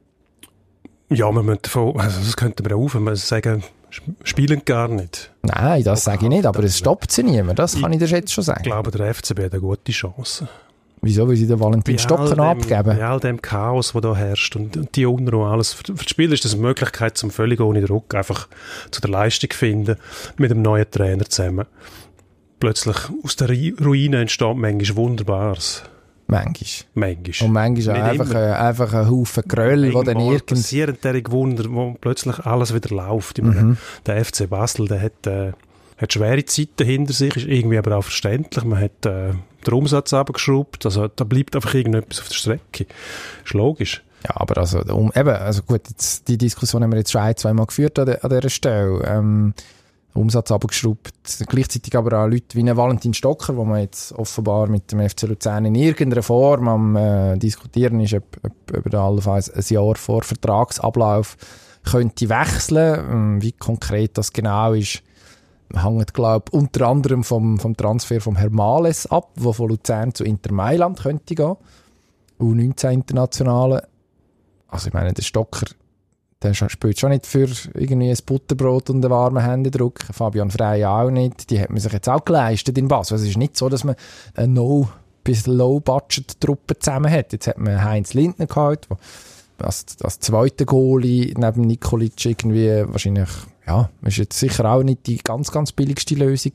Ja, wir müssen davon, also das könnten wir auch auf, sagen, spielen gar nicht. Nein, das sage ich nicht, aber es stoppt sie niemand, das kann ich dir jetzt schon sagen. Ich glaube, der F C B hat eine gute Chance. Wieso? Weil sie den Valentin Stocker noch abgeben? Bei all dem Chaos, das da herrscht und, und die Unruhe und alles. Für, für die Spieler ist das eine Möglichkeit, zum völlig ohne Druck einfach zu der Leistung zu finden, mit einem neuen Trainer zusammen. Plötzlich aus der Ruine entsteht manchmal Wunderbares. Manchmal. Manchmal. Und manchmal auch einfach, äh, einfach ein Haufen Gröll, wo dann irgend... passieren derige Wunder, wo plötzlich alles wieder läuft. Ich meine, mhm. der F C Basel, der hat, äh, hat schwere Zeiten hinter sich, ist irgendwie aber auch verständlich. Man hat äh, den Umsatz runtergeschraubt, also da bleibt einfach irgendetwas auf der Strecke. Ist logisch. Ja, aber also, um, eben, also gut, jetzt, die Diskussion haben wir jetzt schon ein, zwei Mal geführt an, de, an dieser Stelle. Ähm, Umsatz abgeschraubt. Gleichzeitig aber auch Leute wie Valentin Stocker, wo man jetzt offenbar mit dem F C Luzern in irgendeiner Form am äh, diskutieren ist, ob, ob, ob er allenfalls ein Jahr vor Vertragsablauf könnte wechseln. Ähm, wie konkret das genau ist, hängt, glaube ich, unter anderem vom, vom Transfer von Herr Males ab, der von Luzern zu Inter Mailand könnte gehen. U neunzehn Internationale. Also ich meine, der Stocker, der spielt schon nicht für irgendwie ein Butterbrot und einen warmen Händedruck. Fabian Frey auch nicht. Die hat man sich jetzt auch geleistet in Basel. Also es ist nicht so, dass man eine no- bis low-budget-Truppe zusammen hat. Jetzt hat man Heinz Lindner gehabt, als, als zweiter Goalie neben Nikolic irgendwie wahrscheinlich, ja, ist jetzt sicher auch nicht die ganz, ganz billigste Lösung.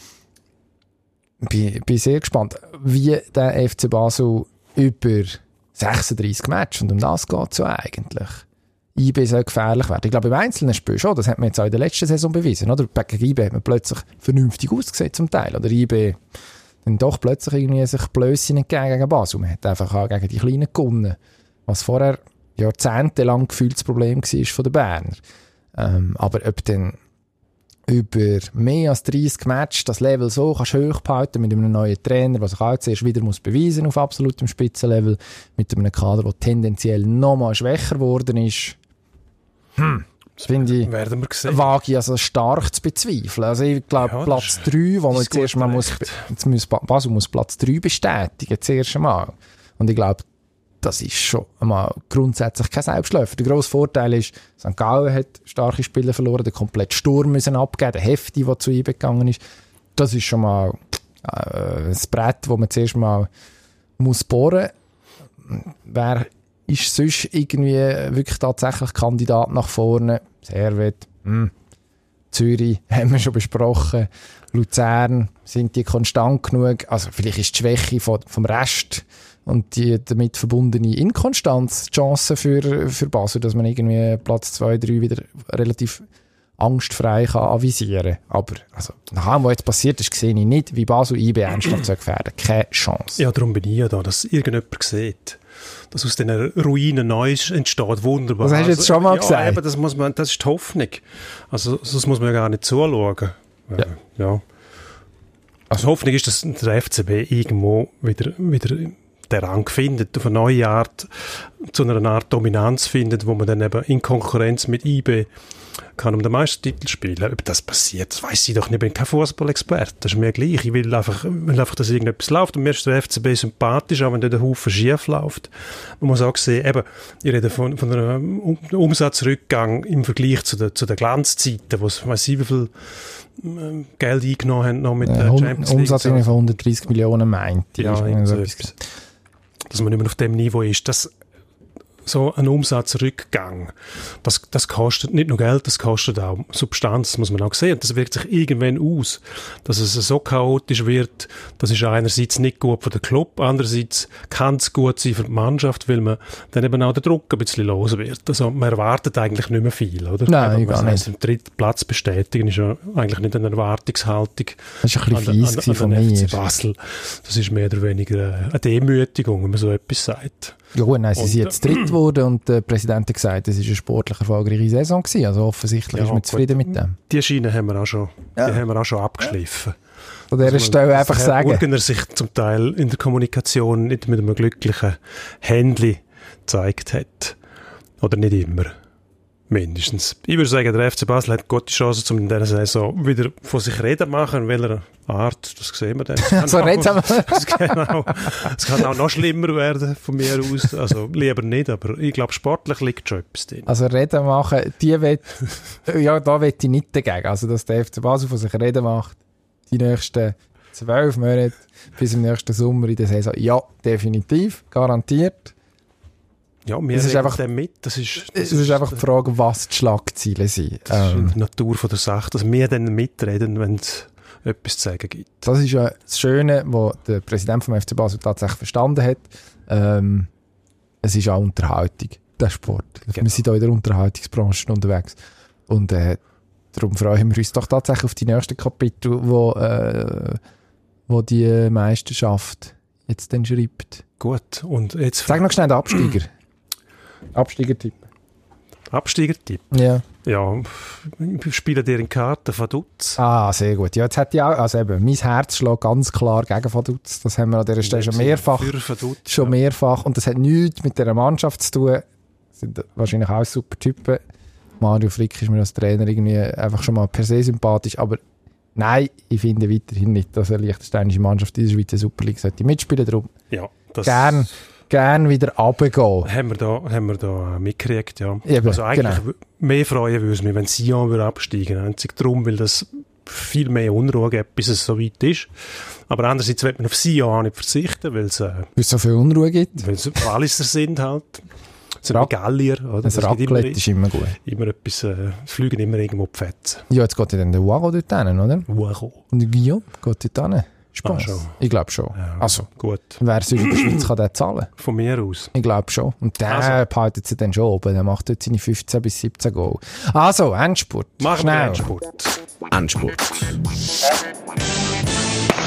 Bin, bin sehr gespannt, wie der F C Basel über sechsunddreissig Matches, und um das geht es so eigentlich. I B soll gefährlich werden. Ich glaube, im einzelnen Spiel schon, das hat man jetzt auch in der letzten Saison bewiesen, oder? Gegen I B hat man plötzlich vernünftig ausgesehen zum Teil, oder I B dann doch plötzlich irgendwie sich Blödsinn gegeben gegen Basel. Man hat einfach auch gegen die Kleinen gewonnen, was vorher jahrzehntelang gefühlt das Problem war von den Berner. Ähm, aber ob dann über mehr als dreissig Matches das Level so kannst du hochhalten mit einem neuen Trainer, was sich auch zuerst wieder muss beweisen auf absolutem Spitzenlevel, mit einem Kader, der tendenziell noch mal schwächer geworden ist, hm, finde ich, werden wir sehen. Wage ich also stark zu bezweifeln. Also ich glaube, ja, Platz drei, wo man zuerst mal muss, jetzt muss, Basel muss Platz drei bestätigen, zuerst einmal. Und ich glaube, das ist schon einmal grundsätzlich kein Selbstläufer. Der grosse Vorteil ist, Sankt Gallen hat starke Spieler verloren, den kompletten Sturm müssen abgeben, der Hefti, der zu ihm gegangen ist. Das ist schon mal äh, ein Brett, das man zuerst mal muss bohren muss. Wer ist sonst irgendwie wirklich tatsächlich Kandidat nach vorne? Servet, hm. Zürich haben wir schon besprochen. Luzern, sind die konstant genug? Also vielleicht ist die Schwäche von, vom Rest und die damit verbundene Inkonstanz die Chance für, für Basel, dass man irgendwie Platz zwei, drei wieder relativ angstfrei kann avisieren. Aber also, nach allem, was jetzt passiert ist, sehe ich nicht, wie Basel I B ernsthaft zu gefährden. Keine Chance. Ja, darum bin ich ja da, dass irgendjemand sieht, dass aus diesen Ruinen Neues entsteht. Wunderbar. Das hast du jetzt schon mal ja, gesagt. Eben, das, muss man, das ist die Hoffnung. Also das muss man ja gar nicht zuschauen. Ja. Ja. Also die Hoffnung ist, dass der F C B irgendwo wieder, wieder den Rang findet, auf eine neue Art, zu einer Art Dominanz findet, wo man dann eben in Konkurrenz mit I B kann um den Meistertitel spielen. Ob das passiert, das weiss ich doch nicht. Ich bin kein Fußballexperte. Das ist mir gleich. Ich will einfach, will einfach, dass irgendetwas läuft. Und mir ist der F C B sympathisch, auch wenn der Haufen schief läuft. Man muss auch sehen, eben, ich rede von, von einem Umsatzrückgang im Vergleich zu den, zu den Glanzzeiten, wo es, weiss ich, wie viel Geld eingenommen haben noch mit ja, der Champions League. Umsatz von hundertdreissig Millionen meint. Ja, so etwas. Dass man nicht mehr auf dem Niveau ist. Das, so ein Umsatzrückgang, das, das kostet nicht nur Geld, das kostet auch Substanz, das muss man auch sehen. Und das wirkt sich irgendwann aus, dass es so chaotisch wird. Das ist einerseits nicht gut für den Club, andererseits kann es gut sein für die Mannschaft, weil man dann eben auch den Druck ein bisschen los wird. Also man erwartet eigentlich nicht mehr viel, oder? Nein, gar nicht. Den dritten Platz bestätigen ist ja eigentlich nicht eine Erwartungshaltung. Das ist ein bisschen fies an, an, an von mir. F C Basel. Das ist mehr oder weniger eine Demütigung, wenn man so etwas sagt. Ja gut, nein, sie sind jetzt dritt geworden und der Präsident hat gesagt, es war eine sportlich erfolgreiche Saison gewesen. Also offensichtlich ja, ist man zufrieden gut. Mit dem. Die Schiene haben wir auch schon, ja. die haben wir auch schon abgeschliffen. An dieser Stelle einfach Herr sagen. Burgener sich zum Teil in der Kommunikation nicht mit einem glücklichen Händchen gezeigt hat. Oder nicht immer. Mindestens. Ich würde sagen, der F C Basel hat gute Chancen, um in dieser Saison wieder von sich reden zu machen, in welcher Art, das sehen wir dann. so reden wir. Es kann auch noch schlimmer werden, von mir aus. Also lieber nicht, aber ich glaube, sportlich liegt schon etwas drin. Also reden machen, die will, ja, da will ich nicht dagegen. Also, dass der F C Basel von sich reden macht, die nächsten zwölf Monate bis im nächsten Sommer in der Saison, ja, definitiv, garantiert. Ja, wir es ist einfach dem mit. Das ist, das es ist, ist einfach die Frage, was die Schlagziele sind. Das ist ähm, in der Natur von der Sache, dass wir dann mitreden, wenn es etwas zu sagen gibt. Das ist ja das Schöne, was der Präsident vom F C Basel tatsächlich verstanden hat. Ähm, es ist auch Unterhaltung, der Sport. Genau. Wir sind hier in der Unterhaltungsbranche unterwegs. Und äh, darum freuen wir uns doch tatsächlich auf die nächsten Kapitel, wo, äh, wo die Meisterschaft jetzt dann schreibt. Gut. Und jetzt sag noch schnell den Absteiger. Absteigertipp. Absteigertipp? Ja. Ja, wir spielen dir in Karten Vaduz. Ah, sehr gut. Ja, jetzt hätte ich auch, also eben, mein Herz schlägt ganz klar gegen Vaduz. Das haben wir an dieser Stelle schon mehrfach. Für Vaduz, schon ja. mehrfach. Und das hat nichts mit dieser Mannschaft zu tun. Das sind wahrscheinlich auch super Typen. Mario Frick ist mir als Trainer irgendwie einfach schon mal per se sympathisch. Aber nein, ich finde weiterhin nicht, dass eine liechtensteinische Mannschaft in der Schweizer Super League sollte mitspielen. Darum ja, das gern. Gern wieder runtergehen. Haben wir da, haben wir da mitgekriegt, ja. Eben, also eigentlich genau. mehr freuen würde es mich, wenn Sion würde absteigen. Einzig darum, weil das viel mehr Unruhe gibt, bis es so weit ist. Aber andererseits wird man auf Sion auch nicht verzichten, weil es, äh, weil es so viel Unruhe gibt. Weil es Walliser sind halt. Es sind Gallier. Oder? Das Raclette ist immer gut. Immer etwas, äh, fliegen immer irgendwo die Fetzen. Ja, jetzt geht ja dann der Uago dort hin, oder? Uago. Und der Guillaume geht dort hin. Spaß. Ah, ich glaube schon. Ja, also, gut. Wer sonst in der Schweiz kann den zahlen? Von mir aus. Ich glaube schon. Und der also. behaltet sich dann schon oben. Der macht dort seine fünfzehn bis siebzehn Goal. Also, Endspurt. Machen Schnell. wir Endspurt. Endspurt.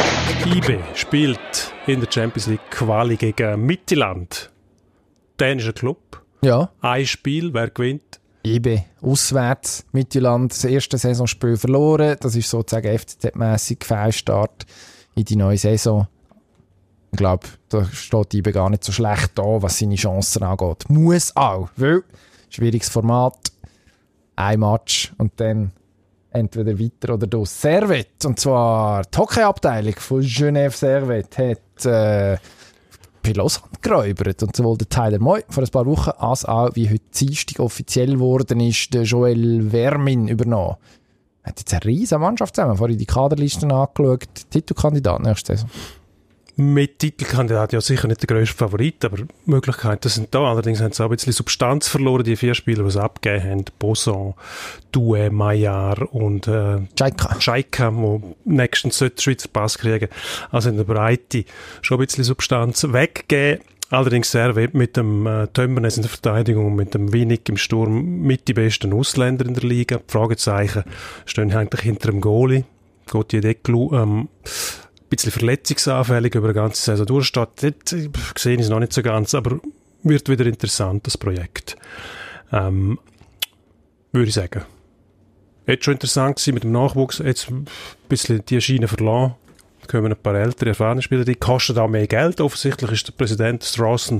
I B spielt in der Champions League Quali gegen Midtjylland. Dänischer Club. Ja. Ein Spiel, wer gewinnt? I B, auswärts, Midtjylland, das erste Saisonspiel verloren. Das ist sozusagen F C Z-mässig Fehlstart in die neue Saison. Ich glaube, da steht I B gar nicht so schlecht da, was seine Chancen angeht. Muss auch, weil schwieriges Format, ein Match und dann entweder weiter oder durch. Servette, und zwar die Hockey-Abteilung von Genève Servette, hat äh, bei Lausanne geräubert. Und sowohl der Tyler Moy vor ein paar Wochen als auch, wie heute Dienstag offiziell geworden ist, der Joel Vermin übernommen. Er hat jetzt eine riesige Mannschaft zusammen. Vorhin die Kaderlisten angeschaut. Titelkandidat nächste Saison. Mit Titelkandidat ja sicher nicht der grösste Favorit, aber Möglichkeiten sind da. Allerdings haben sie auch ein bisschen Substanz verloren, die vier Spieler, die sie abgegeben haben. Boson, Due, Maillard und äh, Chaika. Chaika, die nächstens den Schweizer Pass kriegen. Also in der Breite schon ein bisschen Substanz weggegeben. Allerdings Servette mit dem äh, Tömmernes in der Verteidigung und mit dem Wenig im Sturm mit die besten Ausländer in der Liga. Die Fragezeichen stehen eigentlich hinter dem Goalie. Gauthier Declou, ähm, ein bisschen verletzungsanfällig über eine ganze Saison durchsteht. Dort sehe ich es noch nicht so ganz, aber wird wieder interessant, das Projekt. Ähm, würde ich sagen. Jetzt schon interessant gewesen mit dem Nachwuchs, jetzt ein bisschen die Schiene verlassen. Da kommen ein paar ältere, erfahrene Spieler, die kosten auch mehr Geld. Offensichtlich ist der Präsident Strawson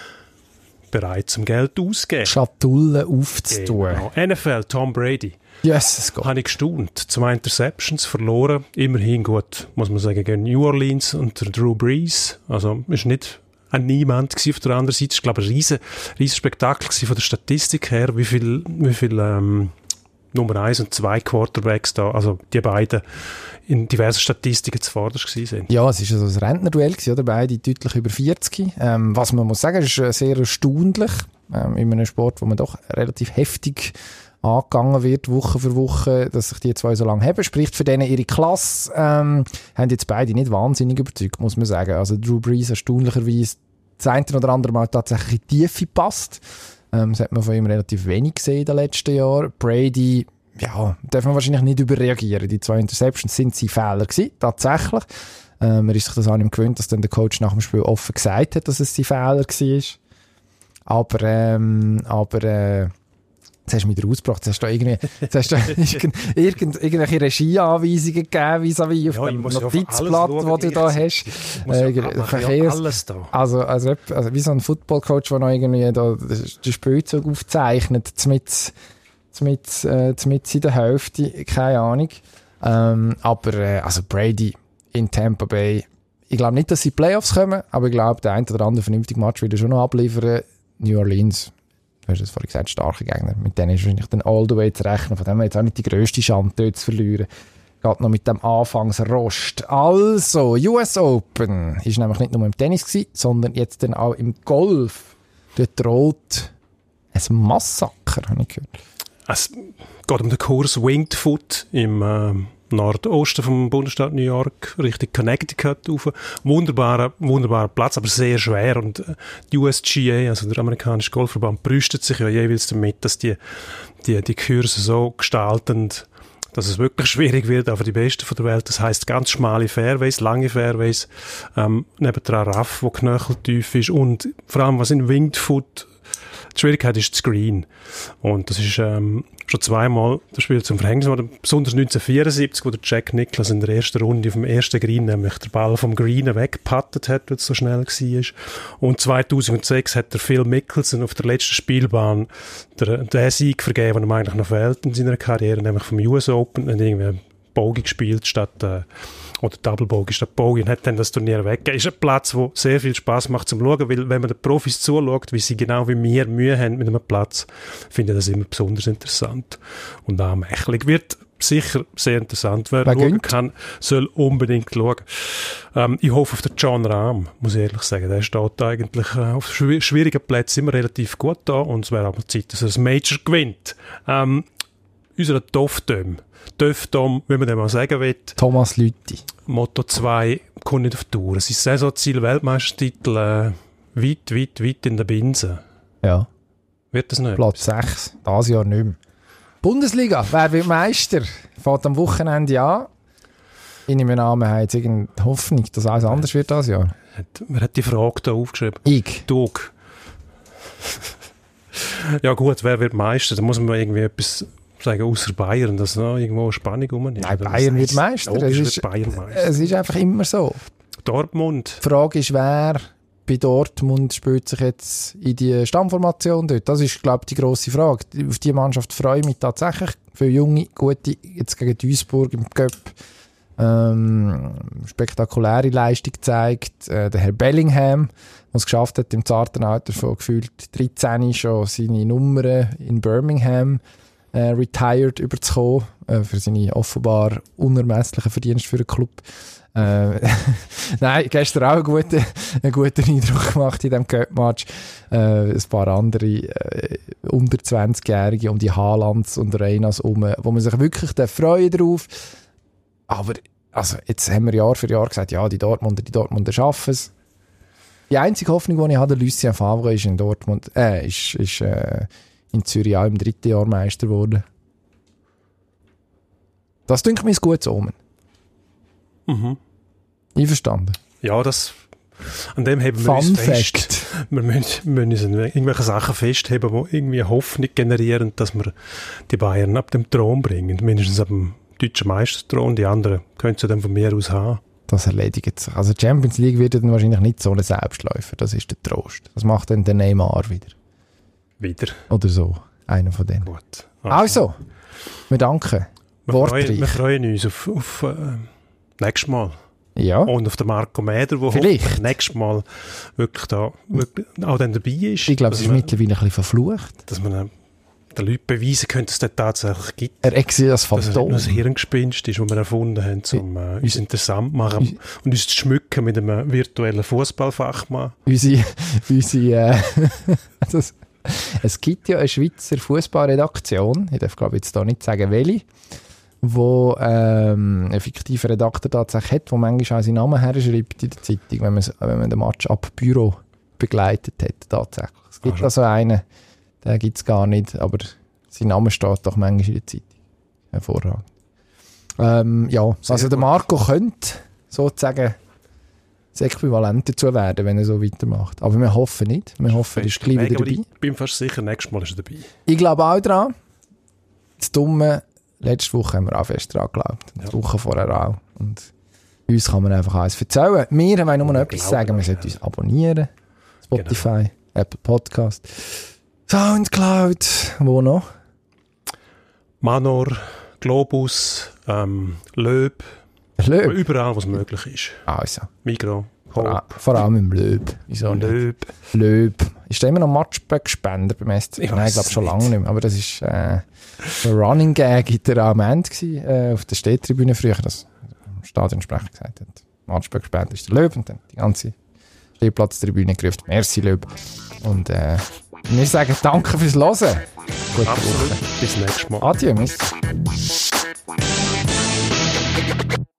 bereit, zum Geld auszugeben. Schatulle aufzutun. Genau. N F L, Tom Brady. Yes, habe ich gestaunt. Zwei Interceptions verloren. Immerhin gut, muss man sagen, gegen New Orleans und der Drew Brees. Also, ist nicht ein Niemand gewesen auf der anderen Seite. Es war, glaube ich, ein riesen, riesen Spektakel von der Statistik her, wie viel, wie viel ähm, Nummer eins und zwei Quarterbacks da, also die beiden in diversen Statistiken zuvorderst gewesen sind. Ja, es war also ein Rentnerduell gewesen, oder? Beide deutlich über vierzig. Ähm, was man muss sagen, ist sehr erstaunlich. Ähm, in einem Sport, wo man doch relativ heftig angegangen wird, Woche für Woche, dass sich die zwei so lange haben. Spricht für denen ihre Klasse, ähm, haben jetzt beide nicht wahnsinnig überzeugt, muss man sagen. Also Drew Brees erstaunlicherweise das eine oder andere Mal tatsächlich in die Tiefe passt. Ähm, das hat man von ihm relativ wenig gesehen in den letzten Jahren. Brady, ja, darf man wahrscheinlich nicht überreagieren. Die zwei Interceptions sind seine Fehler gewesen, tatsächlich. Ähm, man ist sich das an ihm gewöhnt, dass dann der Coach nach dem Spiel offen gesagt hat, dass es sein Fehler war. Aber, ähm, aber, äh, jetzt hast du mich wieder ausgebracht, jetzt hast du da irgendwie, jetzt hast du irgend, irgend, irgendwelche Regieanweisungen gegeben, vis-à-vis auf ja, dem Notizblatt, das du da hast. Äh, ja, Verkehrs, ja alles da. Also, also, also wie so ein Footballcoach, der noch irgendwie da den Spielzug aufzeichnet, mit, mit, äh, mit in der Hälfte, keine Ahnung. Ähm, aber, äh, also Brady in Tampa Bay, ich glaube nicht, dass sie Playoffs kommen, aber ich glaube, der ein oder andere vernünftige Match wird er schon noch abliefern. New Orleans, du hast es vorhin gesagt, starke Gegner. Mit denen ist wahrscheinlich dann all the way zu rechnen. Von dem haben wir jetzt auch nicht die grösste Chance, dort zu verlieren. Geht noch mit dem Anfangsrost. Also, U S Open ist nämlich nicht nur im Tennis gewesen, sondern jetzt dann auch im Golf. Dort droht ein Massaker, habe ich gehört. Es geht um den Kurs Winged Foot im äh, Nordosten vom Bundesstaat New York, Richtung Connecticut rauf. Wunderbarer, wunderbarer Platz, aber sehr schwer. Und äh, die U S G A, also der amerikanische Golfverband, brüstet sich ja jeweils damit, dass die, die, die Kurse so gestalten, dass es wirklich schwierig wird, auch für die Besten von der Welt. Das heisst, ganz schmale Fairways, lange Fairways, ähm, nebendran Raff, wo knöcheltief ist und vor allem, was in Winged Foot die Schwierigkeit ist das Green. Und das ist ähm, schon zweimal das Spiel zum Verhängnis geworden. Besonders neunzehnhundertvierundsiebzig, wo der Jack Nicklaus in der ersten Runde auf dem ersten Green nämlich den Ball vom Green weggepattet hat, weil es so schnell war. Und zweitausendsechs hat der Phil Mickelson auf der letzten Spielbahn der, den Sieg vergeben, den ihm eigentlich noch fehlt in seiner Karriere, nämlich vom U S Open. Und irgendwie Bogey gespielt statt äh, oder Double Bogey statt Bogey und hat dann das Turnier weggegeben. Ist ein Platz, der sehr viel Spass macht zum Schauen, weil wenn man den Profis zuschaut, wie sie genau wie wir Mühe haben mit einem Platz, finde ich das immer besonders interessant und anmächtig. Wird sicher sehr interessant. Wer, Wer schauen gönnt? kann, soll unbedingt schauen. Ähm, ich hoffe auf den John Rahm, muss ich ehrlich sagen. Der steht eigentlich äh, auf schw- schwierigen Plätzen immer relativ gut da und es wäre aber Zeit, dass er das Major gewinnt. Ähm, unser Dofdom, Döfdom, wie man dem mal sagen will. Thomas Lüthi. Moto zwei kommt nicht auf die Tour. Es ist Saisonziel Weltmeistertitel äh, weit, weit, weit in der Binse. Ja. Wird das nicht? Platz sechs, dieses Jahr nicht mehr. Bundesliga, wer wird Meister? Fährt am Wochenende an. Ich nehme an, wir haben jetzt irgendeine Hoffnung, dass alles anders wird dieses Jahr. Wer hat die Frage da aufgeschrieben? Ich. Du. Ja gut, wer wird Meister? Da muss man irgendwie etwas sagen, außer Bayern, dass noch irgendwo Spannung rum ist. Nein, Bayern wird Meister. Es ist, Bayern Meister. Es ist einfach immer so. Dortmund. Die Frage ist, wer bei Dortmund spielt sich jetzt in die Stammformation dort? Das ist, glaube ich, die grosse Frage. Auf die Mannschaft freue ich mich tatsächlich. Für junge, gute, jetzt gegen Duisburg im Cup, ähm, spektakuläre Leistung gezeigt. Äh, der Herr Bellingham, der es geschafft hat, im zarten Alter von gefühlt dreizehn schon seine Nummern in Birmingham äh, retired überzukommen, äh, für seine offenbar unermesslichen Verdienste für den Club. Äh, Nein, gestern auch einen guten, einen guten Eindruck gemacht in diesem Cup-Match. Äh, ein paar andere äh, unter zwanzigjährige um die Haalands und Reinas herum, wo man sich wirklich freuen drauf. Aber also, jetzt haben wir Jahr für Jahr gesagt, ja, die Dortmunder, die Dortmunder schaffen es. Die einzige Hoffnung, die ich habe, Lucien Favre ist in Dortmund, äh, ist, ist äh, in Zürich auch im dritten Jahr Meister geworden. Das denke ich mir ein gutes Omen. Mhm. Einverstanden? Ja, das, an dem haben wir Fun uns fest. Fact. Wir müssen, wir müssen irgendwelche Sachen festheben, die irgendwie Hoffnung generieren, dass wir die Bayern ab dem Thron bringen. Mindestens ab dem deutschen Meisterthron. Die anderen können sie dann von mir aus haben. Das erledigt sich. Also Champions League wird dann wahrscheinlich nicht so ein Selbstläufer. Das ist der Trost. Das macht dann der Neymar wieder. Wieder. Oder so. Einer von denen. Gut. Also, wir danken. Wir Wortreich. freuen, wir freuen uns auf, auf äh, nächstes Mal. Ja. Und auf den Marco Mäder, der Vielleicht. nächstes Mal wirklich da wirklich auch dann dabei ist. Ich glaube, es Dass ist man- mittlerweile ein bisschen verflucht. Dass man äh, den Leuten beweisen könnte, dass es das tatsächlich gibt. Er existiert als Dass es nicht Phantom. nur ein Hirngespinst ist, das wir erfunden haben, um äh, uns interessant zu machen Uns- und uns zu schmücken mit einem virtuellen Fußballfachmann. Unsere, unsere, äh, das, es gibt ja eine Schweizer Fußballredaktion, ich darf glaube ich jetzt da nicht sagen welche, wo ähm, einen fiktiven Redakteur tatsächlich hat, der manchmal auch seinen Namen herschreibt in der Zeitung, wenn man, wenn man den Match ab Büro begleitet hat tatsächlich. Es gibt Ach, also einen, den gibt es gar nicht, aber sein Name steht doch manchmal in der Zeitung. Hervorragend. Ähm, ja, Sehr also der gut. Marco könnte sozusagen das Äquivalent dazu werden, wenn er so weitermacht. Aber wir hoffen nicht. Wir hoffen, er ist gleich wieder Aber dabei. ich bin fast sicher, nächstes Mal ist er dabei. Ich glaube auch dran. Das Dumme, letzte Woche haben wir auch fest dran geglaubt. Und die Ja. Woche vorher auch. Und uns kann man einfach alles erzählen. Wir wollen nur noch Wir etwas glauben sagen. Wir an sollten ihn. uns abonnieren. Spotify, Apple Podcast, Soundcloud. Wo noch? Manor, Globus, ähm, Löb, Löb. überall, wo es möglich ist. Also, Migros, vor, a- Coop, vor allem im Löb. Wieso nicht? Löb. Löb. Ist da immer noch Matchback-Spender beim S C? Ich Nein, ich weiss glaube schon nicht. lange nicht mehr. Aber das ist äh, ein Running Gag in der am Ende gewesen, äh, auf der Stehtribüne früher, dass der Stadionsprecher gesagt hat, Matchback-Spender ist der Löb und dann die ganze Stehplatztribüne gerufen, merci Löb. Und äh, wir sagen danke fürs Hören. Gute Absolut. Woche. Bis nächstes Mal. Adieu, Miss.